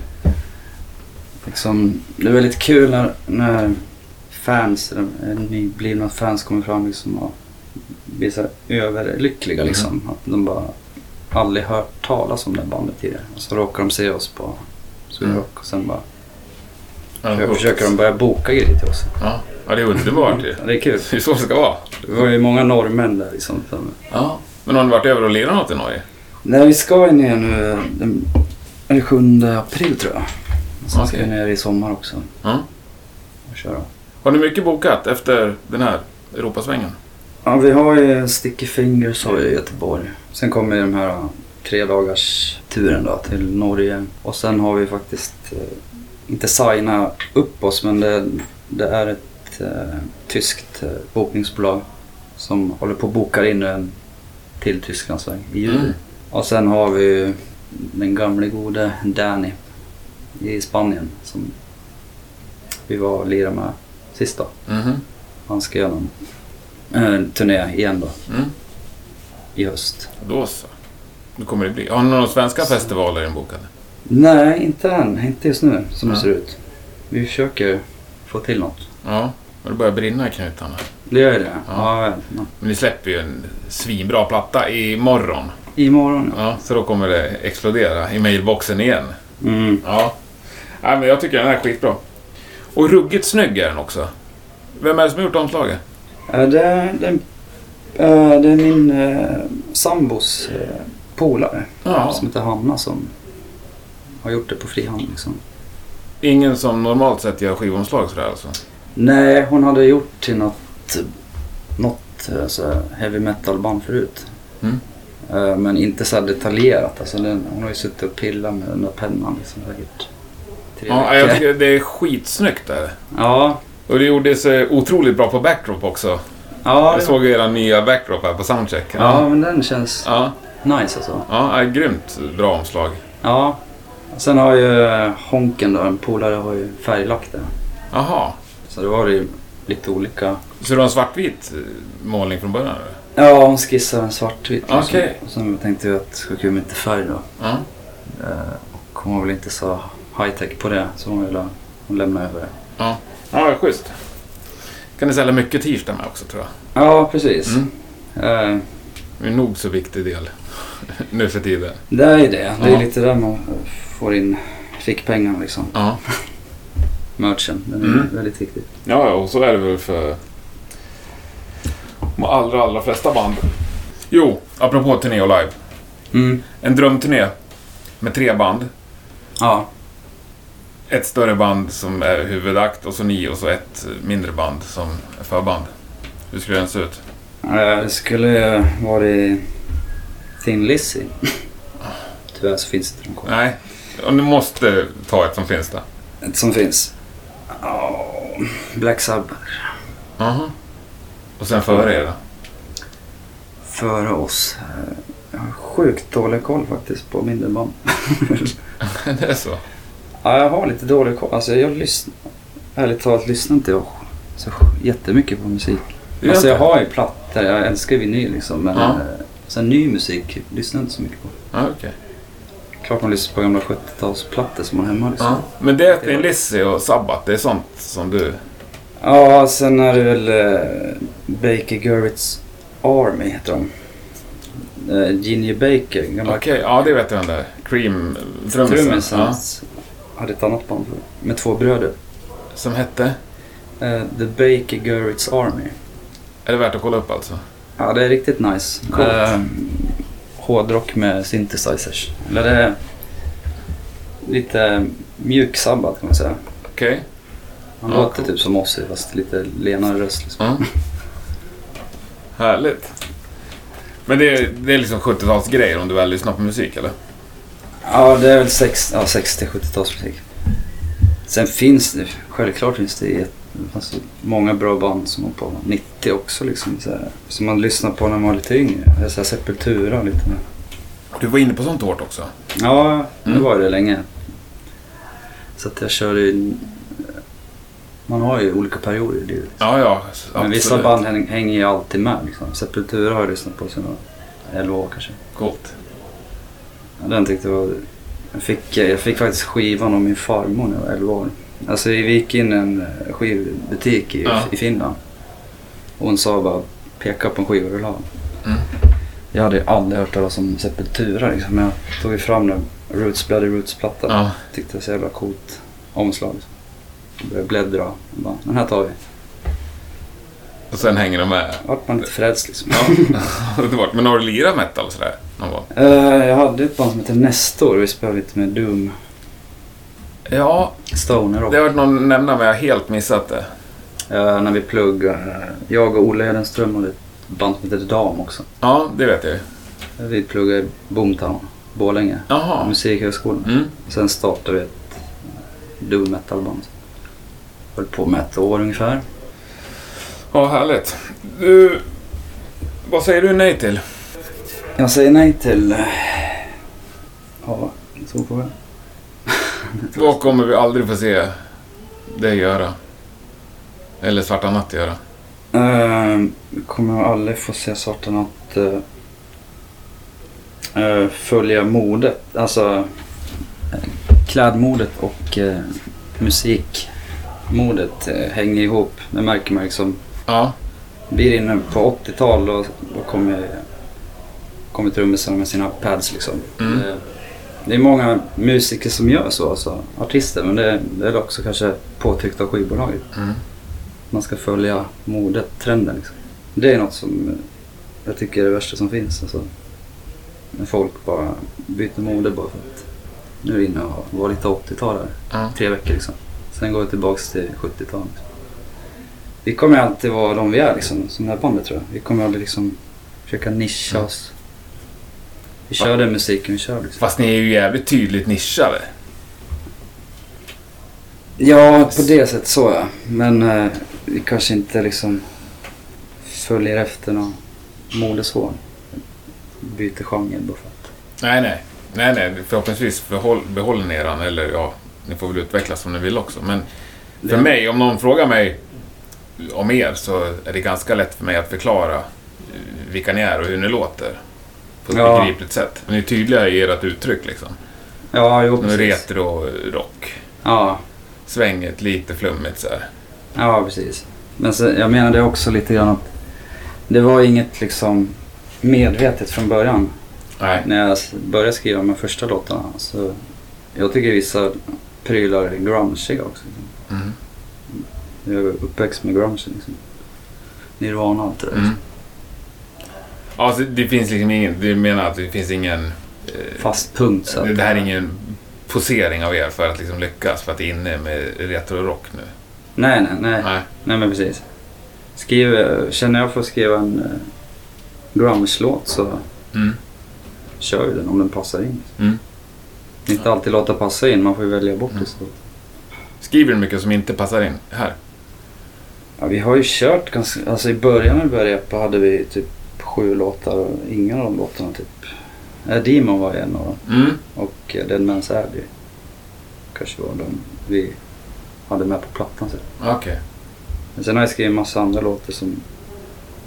Liksom, det är väldigt kul när fans, nyblivna fans kommer fram liksom och blir så överlyckliga liksom. Att de bara aldrig hört talas om det bandet tidigare. Och så råkar de se oss på Sweden Rock och sen bara försöker de börja boka grejer till oss. Ja, det är underbart. Ja, det är kul. Det är så det ska vara. Det var ju många norrmän där liksom. Ja. Men har ni varit över och lirat något i Norge? Nej, vi ska ju ner nu den 7 april tror jag. Sen ska vi ner i sommar också. Och köra. Har ni mycket bokat efter den här Europasvängen? Ja, vi har ju Sticky Fingers i Göteborg. Sen kommer de här 3 dagars turen då till Norge. Och sen har vi faktiskt inte signat upp oss, men det är ett tyskt bokningsbolag som håller på att boka in en till Tysklandsväg i juli. Och sen har vi den gamla gode Danny i Spanien som vi var och lirade med sist då. Han ska göra en turné igen då. I höst. Då så. Nu kommer det bli. Har ni några svenska festivaler inbokade? Nej, inte än. Inte just nu som det ser ut. Vi försöker få till något. Ja, och det börjar brinna i knutarna. Det gör det. Ja. Men ni släpper ju en svinbra platta imorgon. Imorgon. Ja, så då kommer det explodera i mailboxen igen. Ja. Ja, men jag tycker den är skitbra. Och ruggigt snygg är den också. Vem är det som har gjort omslaget? Det är min sambos polare som heter Hanna som har gjort det på frihand liksom. Ingen som normalt sett gör skivomslag sådär alltså? Nej, hon hade gjort till något så heavy metal band förut. Men inte så detaljerat. Alltså hon har ju suttit och pillat med den där pennan liksom, säkert. Ja, jag tycker det är skitsnyggt där. Ja. Och det gjorde sig otroligt bra på backdrop också. Ja, jag såg era nya backdrop här på soundcheck. Ja, men den känns nice alltså. Ja, grymt bra omslag. Ja. Sen har ju Honken då, en polare har ju färglagt den. Jaha. Så det var ju lite olika. Så det var en svartvit målning från början? Eller? Ja, hon skissade en svartvit. Okej. Och sen tänkte jag att det skulle kul med lite färg då. Och hon var väl inte så high-tech på det, så hon lämnade över det. Ja, schysst. Kan ni sälja mycket t-shirtar med också, tror jag? Ja, precis. Det är en nog så viktig del nu för tiden. Det är det. Det är lite där man får in fickpengar liksom. Ja. Merchen, den är väldigt viktig. Ja, och så är det väl för de allra flesta band. Jo, apropå turné och live. En drömturné med 3 band. Ja. Ett större band som är huvudakt och så ni och så ett mindre band som är förband. Hur skulle den se ut? Det skulle vara Thin Lizzy. Tyvärr så finns det inte. Nej, och ni måste ta ett som finns där. Ett som finns. Black Sabbath. Och sen före er då? Före oss. Jag har sjukt dålig koll faktiskt på mindre band. Det är så? Ja, jag har lite dålig koll. Alltså jag ärligt talat lyssnar inte jag så jättemycket på musik. Alltså jag har ju plattor, jag älskar vinyl liksom, men sen ny musik lyssnar jag inte så mycket på. Ja, okej. Klart man lyssnar på gamla 70-talsplattor som man har hemma liksom. Ja. Men det är Thin Lizzy och Sabbath, det är sånt som du... Ja, sen är det väl Baker Gurwitz Army heter de. Ginger Baker. Okej, ja det vet jag den där. Cream-trummisen. Hade ett annat band med 2 bröder. Som hette? The Baker Gurwitz Army. Är det värt att kolla upp alltså? Ja, det är riktigt nice. Hårdrock med synthesizers. Eller det är lite mjuk Sabbath kan man säga. Okej. Han låter typ som Ozzy fast lite lenare röst liksom. Härligt. Men det är liksom 70-talsgrejer om du väl lyssnar på musik eller? Ja, det är väl 60-70-talsmusik. Sen finns det, självklart finns det många bra band som var på 90 också liksom. Som man lyssnar på när man var lite yngre. Det är så här Sepultura lite. Du var inne på sånt hårt också? Ja, det var det länge. Så att jag körde ju... Man har ju olika perioder i livet. Liksom. Ja, men vissa band hänger ju alltid med liksom. Sepultura har jag lyssnat på sen 11 år kanske. Coolt. Ja, den tyckte jag var... Jag fick faktiskt skivan av min farmor när jag var 11 år. Alltså vi gick in i en skivbutik i Finland. Och hon sa bara, peka på en skiva du vill ha. Jag hade aldrig hört talas om Sepultura liksom. Men jag tog fram den Bloody Roots-plattan. Tyckte det var så jävla coolt omslag. Jag började bläddra. Bara, den här tar vi. Och sen hänger de med. Vart man lite frälst liksom. Men har du lirat metal och sådär någon gång? Jag hade ett band som heter Nestor. Vi spelade lite med Doom. Ja, Stoner rock. det har varit någon nämna men jag har helt missat det. När vi pluggade. Jag och Olle Hedenström hade ett band som heter Dam också. Ja, det vet jag ju. Vi pluggade i Boomtown, Borlänge. Musikhögskolan. Sen startade vi ett Doom metalband. Höll på med 1 år ungefär. Ja, härligt. Vad säger du nej till? Jag säger nej till... Ja, så får jag. Vad kommer vi aldrig få se det göra? Eller Svarta Natt göra? Kommer jag aldrig få se Svarta Natt följa modet. Alltså klädmodet och musikmodet hänger ihop. Det märker man liksom. Ja. Blir inne på 80-tal och kommer trummisarna med sina pads liksom. Det är många musiker som gör så, alltså artister, men det är också kanske påtryckt av skivbolaget. Man ska följa modet, trenden liksom. Det är något som jag tycker är det värsta som finns. Alltså, när folk bara byter mode bara för att nu är inne och var lite 80-talare. 3 veckor liksom. Sen går vi tillbaks till 70-talet. Vi kommer alltid vara de vi är liksom, som det här bandet tror jag. Vi kommer aldrig liksom försöka nischa oss. Vi kör den musiken vi kör liksom. Fast ni är ju jävligt tydligt nischade. Ja, på det sättet så ja. Men vi kanske inte liksom följer efter någon modesvåg. Byter genre bara för att. Nej. Förhoppningsvis behåller ni eran. Eller ja, ni får väl utvecklas som ni vill också. Men för mig, om någon frågar mig om er så är det ganska lätt för mig att förklara vilka ni är och hur ni låter. På ett begripligt sätt. Men ni är tydliga i ert uttryck liksom. Ja, jo precis. Retro-rock. Ja. Svänget, lite flummigt så här. Ja, precis. Men så, jag menar det också lite grann att det var inget liksom medvetet från början. Nej. När jag började skriva de första låtarna så jag tycker vissa prylar är grungiga också. Liksom. Jag är uppväxt med grunge liksom. Nirvana och allt det där. Liksom. Alltså det finns liksom ingen, du menar att det finns ingen fast punkt så det här är ingen posering av er för att liksom lyckas för att det är inne med retro-rock nu? Nej men precis. Känner jag för att skriva en grunge-låt så kör vi den om den passar in. Inte alltid låta passa in, man får ju välja bort det. Så. Skriver du mycket som inte passar in här? Ja, vi har ju kört ganska, alltså i början när vi började repa hade vi typ 7 låtar och ingen av de låtarna typ. Demon var en av dem. Och Dead Man's Abbey kanske var de vi hade med på plattan. Okej. Men sen har jag skrivit en massa andra låtar som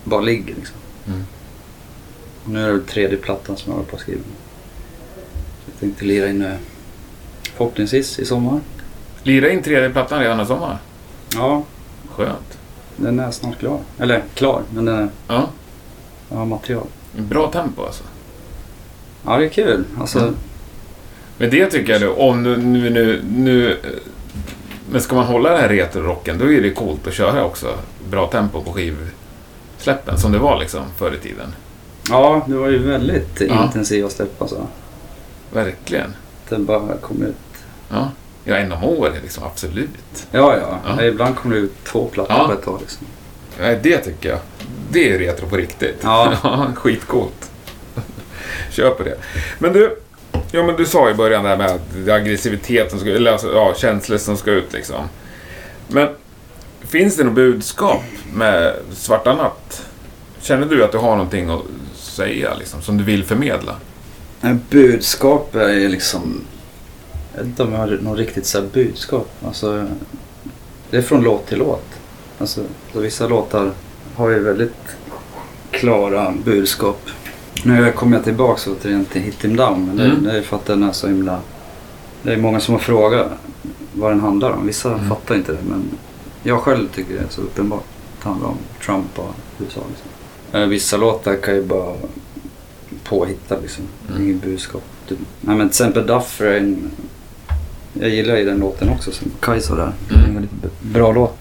bara ligger liksom. Och nu är det 3:e plattan som jag håller på att skriva. Jag tänkte lira in förhoppningsvis i sommar. Lira in 3:e plattan redan i sommar? Ja. Skönt. Den är snart klar. Eller klar, men den är... Ja. Jag har material. Bra tempo alltså. Ja, det är kul. Alltså... Men det tycker jag om nu men ska man hålla den här retro-rocken, då är det coolt att köra också bra tempo på skivsläppen som det var liksom förr i tiden. Ja, det var ju väldigt intensiva släpp alltså. Verkligen. Det bara kom ut. Ja, en om året liksom, absolut. Ja. Ibland kommer det ut 2 plattor på ett tag liksom. Ja, det tycker jag. Det är retro på riktigt. Ja. Skitcoolt. Kör på det. Men du sa i början där med att aggressivitet som ska, eller alltså, känslor som ska ut liksom. Men finns det något budskap med Svarta Natt? Känner du att du har någonting att säga liksom, som du vill förmedla? Budskap är liksom... Jag vet inte om jag har något riktigt så här budskap. Alltså, det är från låt till låt. Alltså, så vissa låtar har ju väldigt klara budskap. Nu kommer jag tillbaka till Hit Him Down. Men det är för att den är så himla... Det är många som har frågat vad den handlar om. Vissa fattar inte det, men jag själv tycker det är så uppenbart. Det handlar om Trump och USA liksom. Vissa låtar kan ju bara påhitta liksom. Inget budskap. Nej, men till exempel Duffer, jag gillar ju den låten också som Kajsa där. Det är en väldigt bra låt.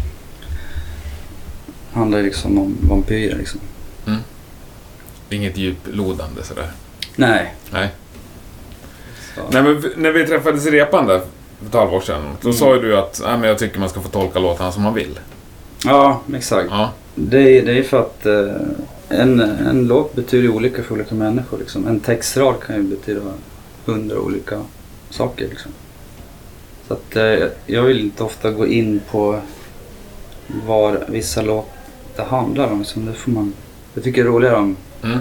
Handlar liksom om vampyrer liksom. Inget djuplodande sådär. Nej. Nej, men när vi träffades i repan där för ett halvår sedan, då sa ju du att men jag tycker man ska få tolka låtarna som man vill. Ja, exakt. Ja. Det är för att en låt betyder olika för olika människor liksom. En textrad kan ju betyda 100 olika saker liksom. Så att jag vill inte ofta gå in på vad vissa låtar handlar om. Så det får man... Jag tycker det är roligare om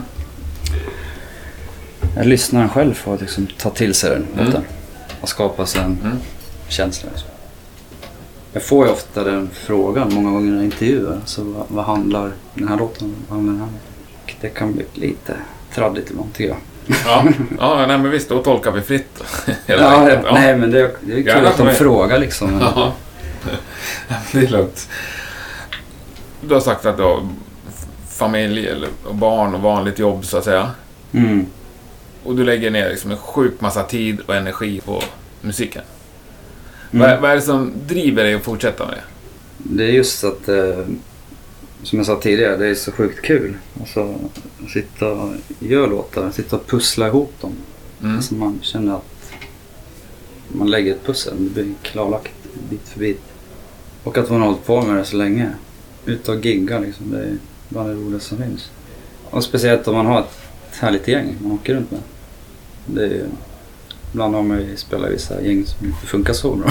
lyssnaren själv får att liksom ta till sig den låten och skapa sig en känsla. Liksom. Jag får ju ofta den frågan många gånger i intervjuer. Så vad handlar den här låten om? Det kan bli lite traddigt ibland tycker jag. Ja, nej men visst, då tolkar vi fritt. Nej men det är kul att de frågar liksom. Ja. Det är lugnt. Du har sagt att du har familj eller barn och vanligt jobb så att säga. Och du lägger ner liksom en sjuk massa tid och energi på musiken. Vad är det som driver dig att fortsätta med det? Det är just att, som jag sa tidigare, det är så sjukt kul. Alltså, sitta och göra låtar, sitta och pussla ihop dem. Alltså man känner att man lägger ett pussel, det blir klarlagt bit för bit. Och att man har hållit på med det så länge. Ut och gigga liksom, det är bland det roligaste som finns. Och speciellt om man har ett härligt gäng man åker runt med. Det är ju, ibland har man ju spelat vissa gäng som inte funkar så bra.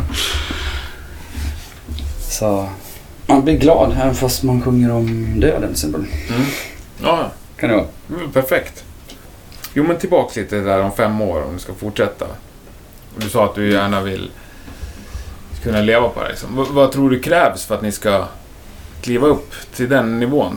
Så man blir glad även fast man sjunger om döden exempel. Ja, kan det vara. Perfekt. Jo men tillbaka lite där om 5 år om du ska fortsätta. Och du sa att du gärna vill kunna leva på det liksom. Vad tror du krävs för att ni ska kliva upp till den nivån?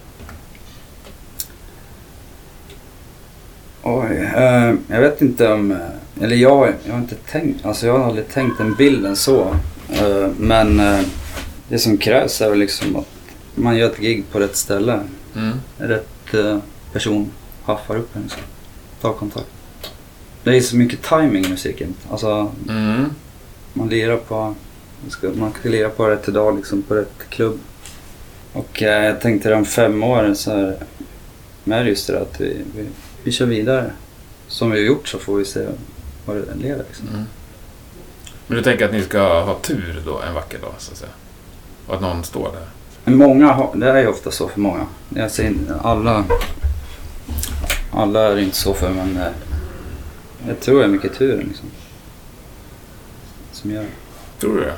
Oj, jag vet inte om... Eller jag har inte tänkt... Alltså jag har aldrig tänkt den bilden så. Men det som krävs är väl liksom att man gör ett gig på rätt ställe. Rätt person haffar upp en. Ta kontakt. Det är så mycket timing i musiken. Alltså man lirar på... Man ska lira på rätt idag liksom, på rätt klubb. Och jag tänkte om 5 år så här... Men just det att vi kör vidare. Som vi har gjort så får vi se vad det leder liksom. Men du tänker att ni ska ha tur då en vacker dag så att säga? Och att någon står där? Det är ju ofta så för många. Jag säger alla är inte så för, men jag tror det är mycket tur liksom. Som gör det. Tror du det?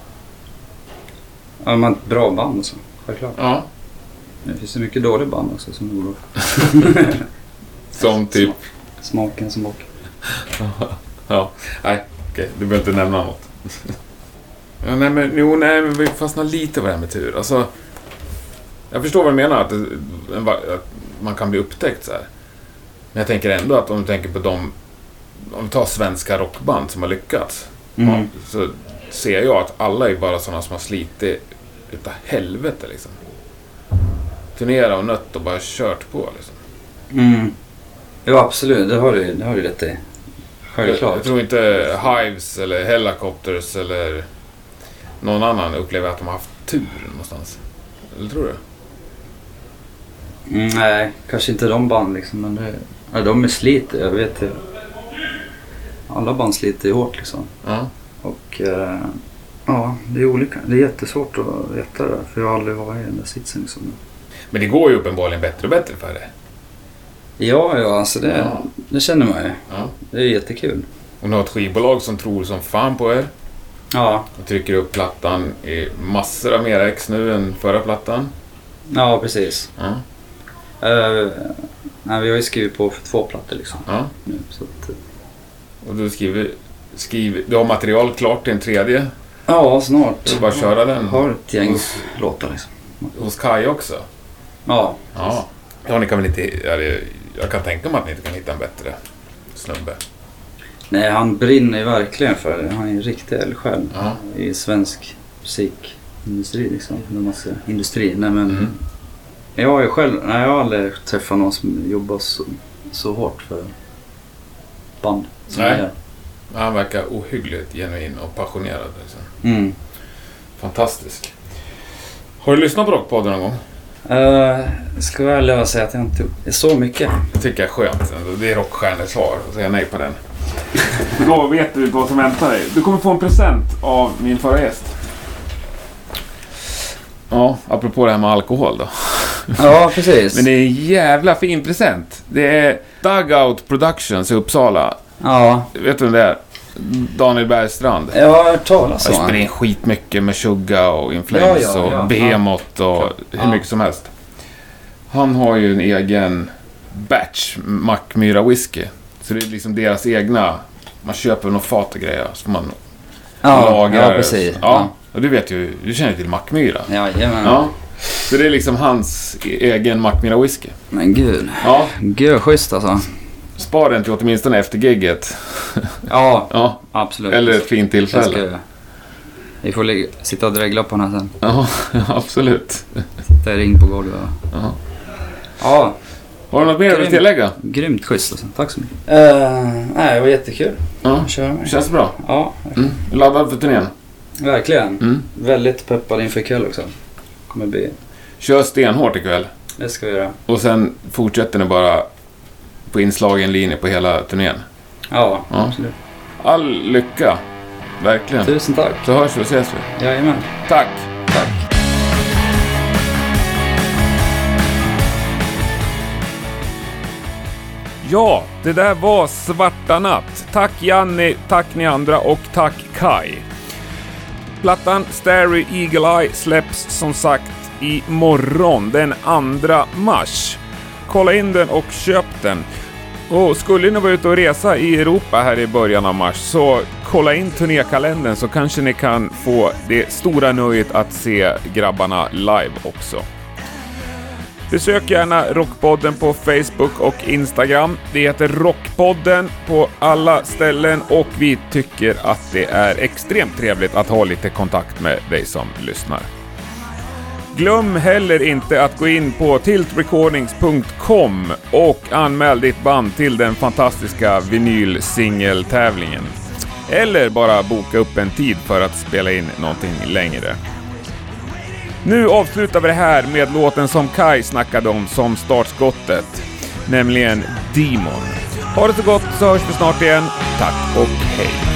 Ja, man har ett bra band och så, självklart. Ja. Det finns ju mycket dåliga band också som är bra. Som typ? Smaken som bak. Ja, nej, okej, du behöver inte nämna något. Nej men vi fastnar lite på det här med tur. Alltså, Jag förstår vad du menar, att man kan bli upptäckt så här. Men jag tänker ändå att om du tänker på om du tar svenska rockband som har lyckats, så ser jag att alla är bara sådana som har slitit utav helvete liksom. Turnera och nött och bara kört på liksom. Ja, absolut, det har du rätt i. Självklart. Jag tror inte Hives eller Helicopters eller någon annan upplever att de har haft tur någonstans. Eller tror du? Nej, kanske inte de band liksom, men de är sliter, jag vet det. Alla band sliter hårt liksom. Ja. Och ja, det är olika. Det är jättesvårt att veta det, för jag har aldrig varit i den där sitsen liksom. Men det går ju uppenbarligen bättre och bättre för det. Ja, alltså det känner man ju. Ja. Det är jättekul. Och ni har ett skivbolag som tror som fan på er. Ja. Och trycker upp plattan i massor av mer ex nu än förra plattan. Ja, precis. Ja. Nej, vi har ju skrivit på 2 plattor liksom. Ja. Nu, så att, Och du du har material klart till en 3:e. ja, snart. Du bara köra den. Jag har ett gäng låtar liksom. Hos Kai också. Ja. Ja. Ja, ni kan väl inte... Jag kan tänka mig att ni inte kan hitta en bättre snubbe. Nej, han brinner ju verkligen för det. Han är en riktig eldsjäl i svensk musikindustri liksom. Industri. Nej, men jag har ju själv... Nej, jag har aldrig träffat någon som jobbar så hårt för band som jag gör. Han verkar ohyggligt genuin och passionerad liksom. Fantastisk. Har du lyssnat på Rockpodden någon gång? Ska jag väl säga att jag inte är så mycket. Det tycker jag är skönt. Det är rockstjärnesvar att säga nej på den. Då vet du vad som väntar dig. Du kommer få en present av min förra gäst. Ja, apropå det här med alkohol då. Ja, precis. Men det är en jävla fin present. Det är Dugout Productions i Uppsala. Ja. Vet du vem det är? Daniel Bergstrand. Jag har hört talas om. Jag spelar in skitmycket med Sugar och Inflames och Behemoth och hur mycket som helst. Han har ju en egen batch Mackmyra whisky. Så det är liksom deras egna. Man köper något fat och grejer så man lagar. Ja, precis. Ja. Och du vet ju, du känner till Mackmyra. Ja. Så det är liksom hans egen Mackmyra whisky. Men gud. Ja. Gud, schysst alltså. Spar den till åtminstone efter gigget. Ja, absolut. Eller ett fint tillfälle. Vi får sitta och dregla på den här sen. Ja, absolut. Sitta i ring på golvet. Ja. Har du något mer att tillägga? Grymt schysst alltså. Tack så mycket. Nej, det var jättekul. Ja. Känns bra. Ja. Laddad för turnén. Verkligen. Väldigt peppad inför ikväll också. Kommer bli. Kör stenhårt ikväll. Det ska vi göra. Och sen fortsätter ni bara på inslagen linje på hela turnén. Ja, absolut. All lycka. Verkligen. Tusen tack. Så hörs vi och ses vi. Jajamän. Tack. Ja, det där var Svarta natt. Tack Janni, tack ni andra och tack Kai. Plattan Starry Eagle Eye släpps som sagt imorgon den 2 mars. Kolla in den och köp den. Och skulle ni vara ute och resa i Europa här i början av mars så kolla in turnékalendern så kanske ni kan få det stora nöjet att se grabbarna live också. Besök gärna Rockpodden på Facebook och Instagram. Det heter Rockpodden på alla ställen och vi tycker att det är extremt trevligt att ha lite kontakt med dig som lyssnar. Glöm heller inte att gå in på tiltrecordings.com och anmäl ditt band till den fantastiska vinylsingeltävlingen. Eller bara boka upp en tid för att spela in någonting längre. Nu avslutar vi det här med låten som Kai snackade om som startskottet, nämligen Demon. Ha det så gott så hörs vi snart igen. Tack och hej!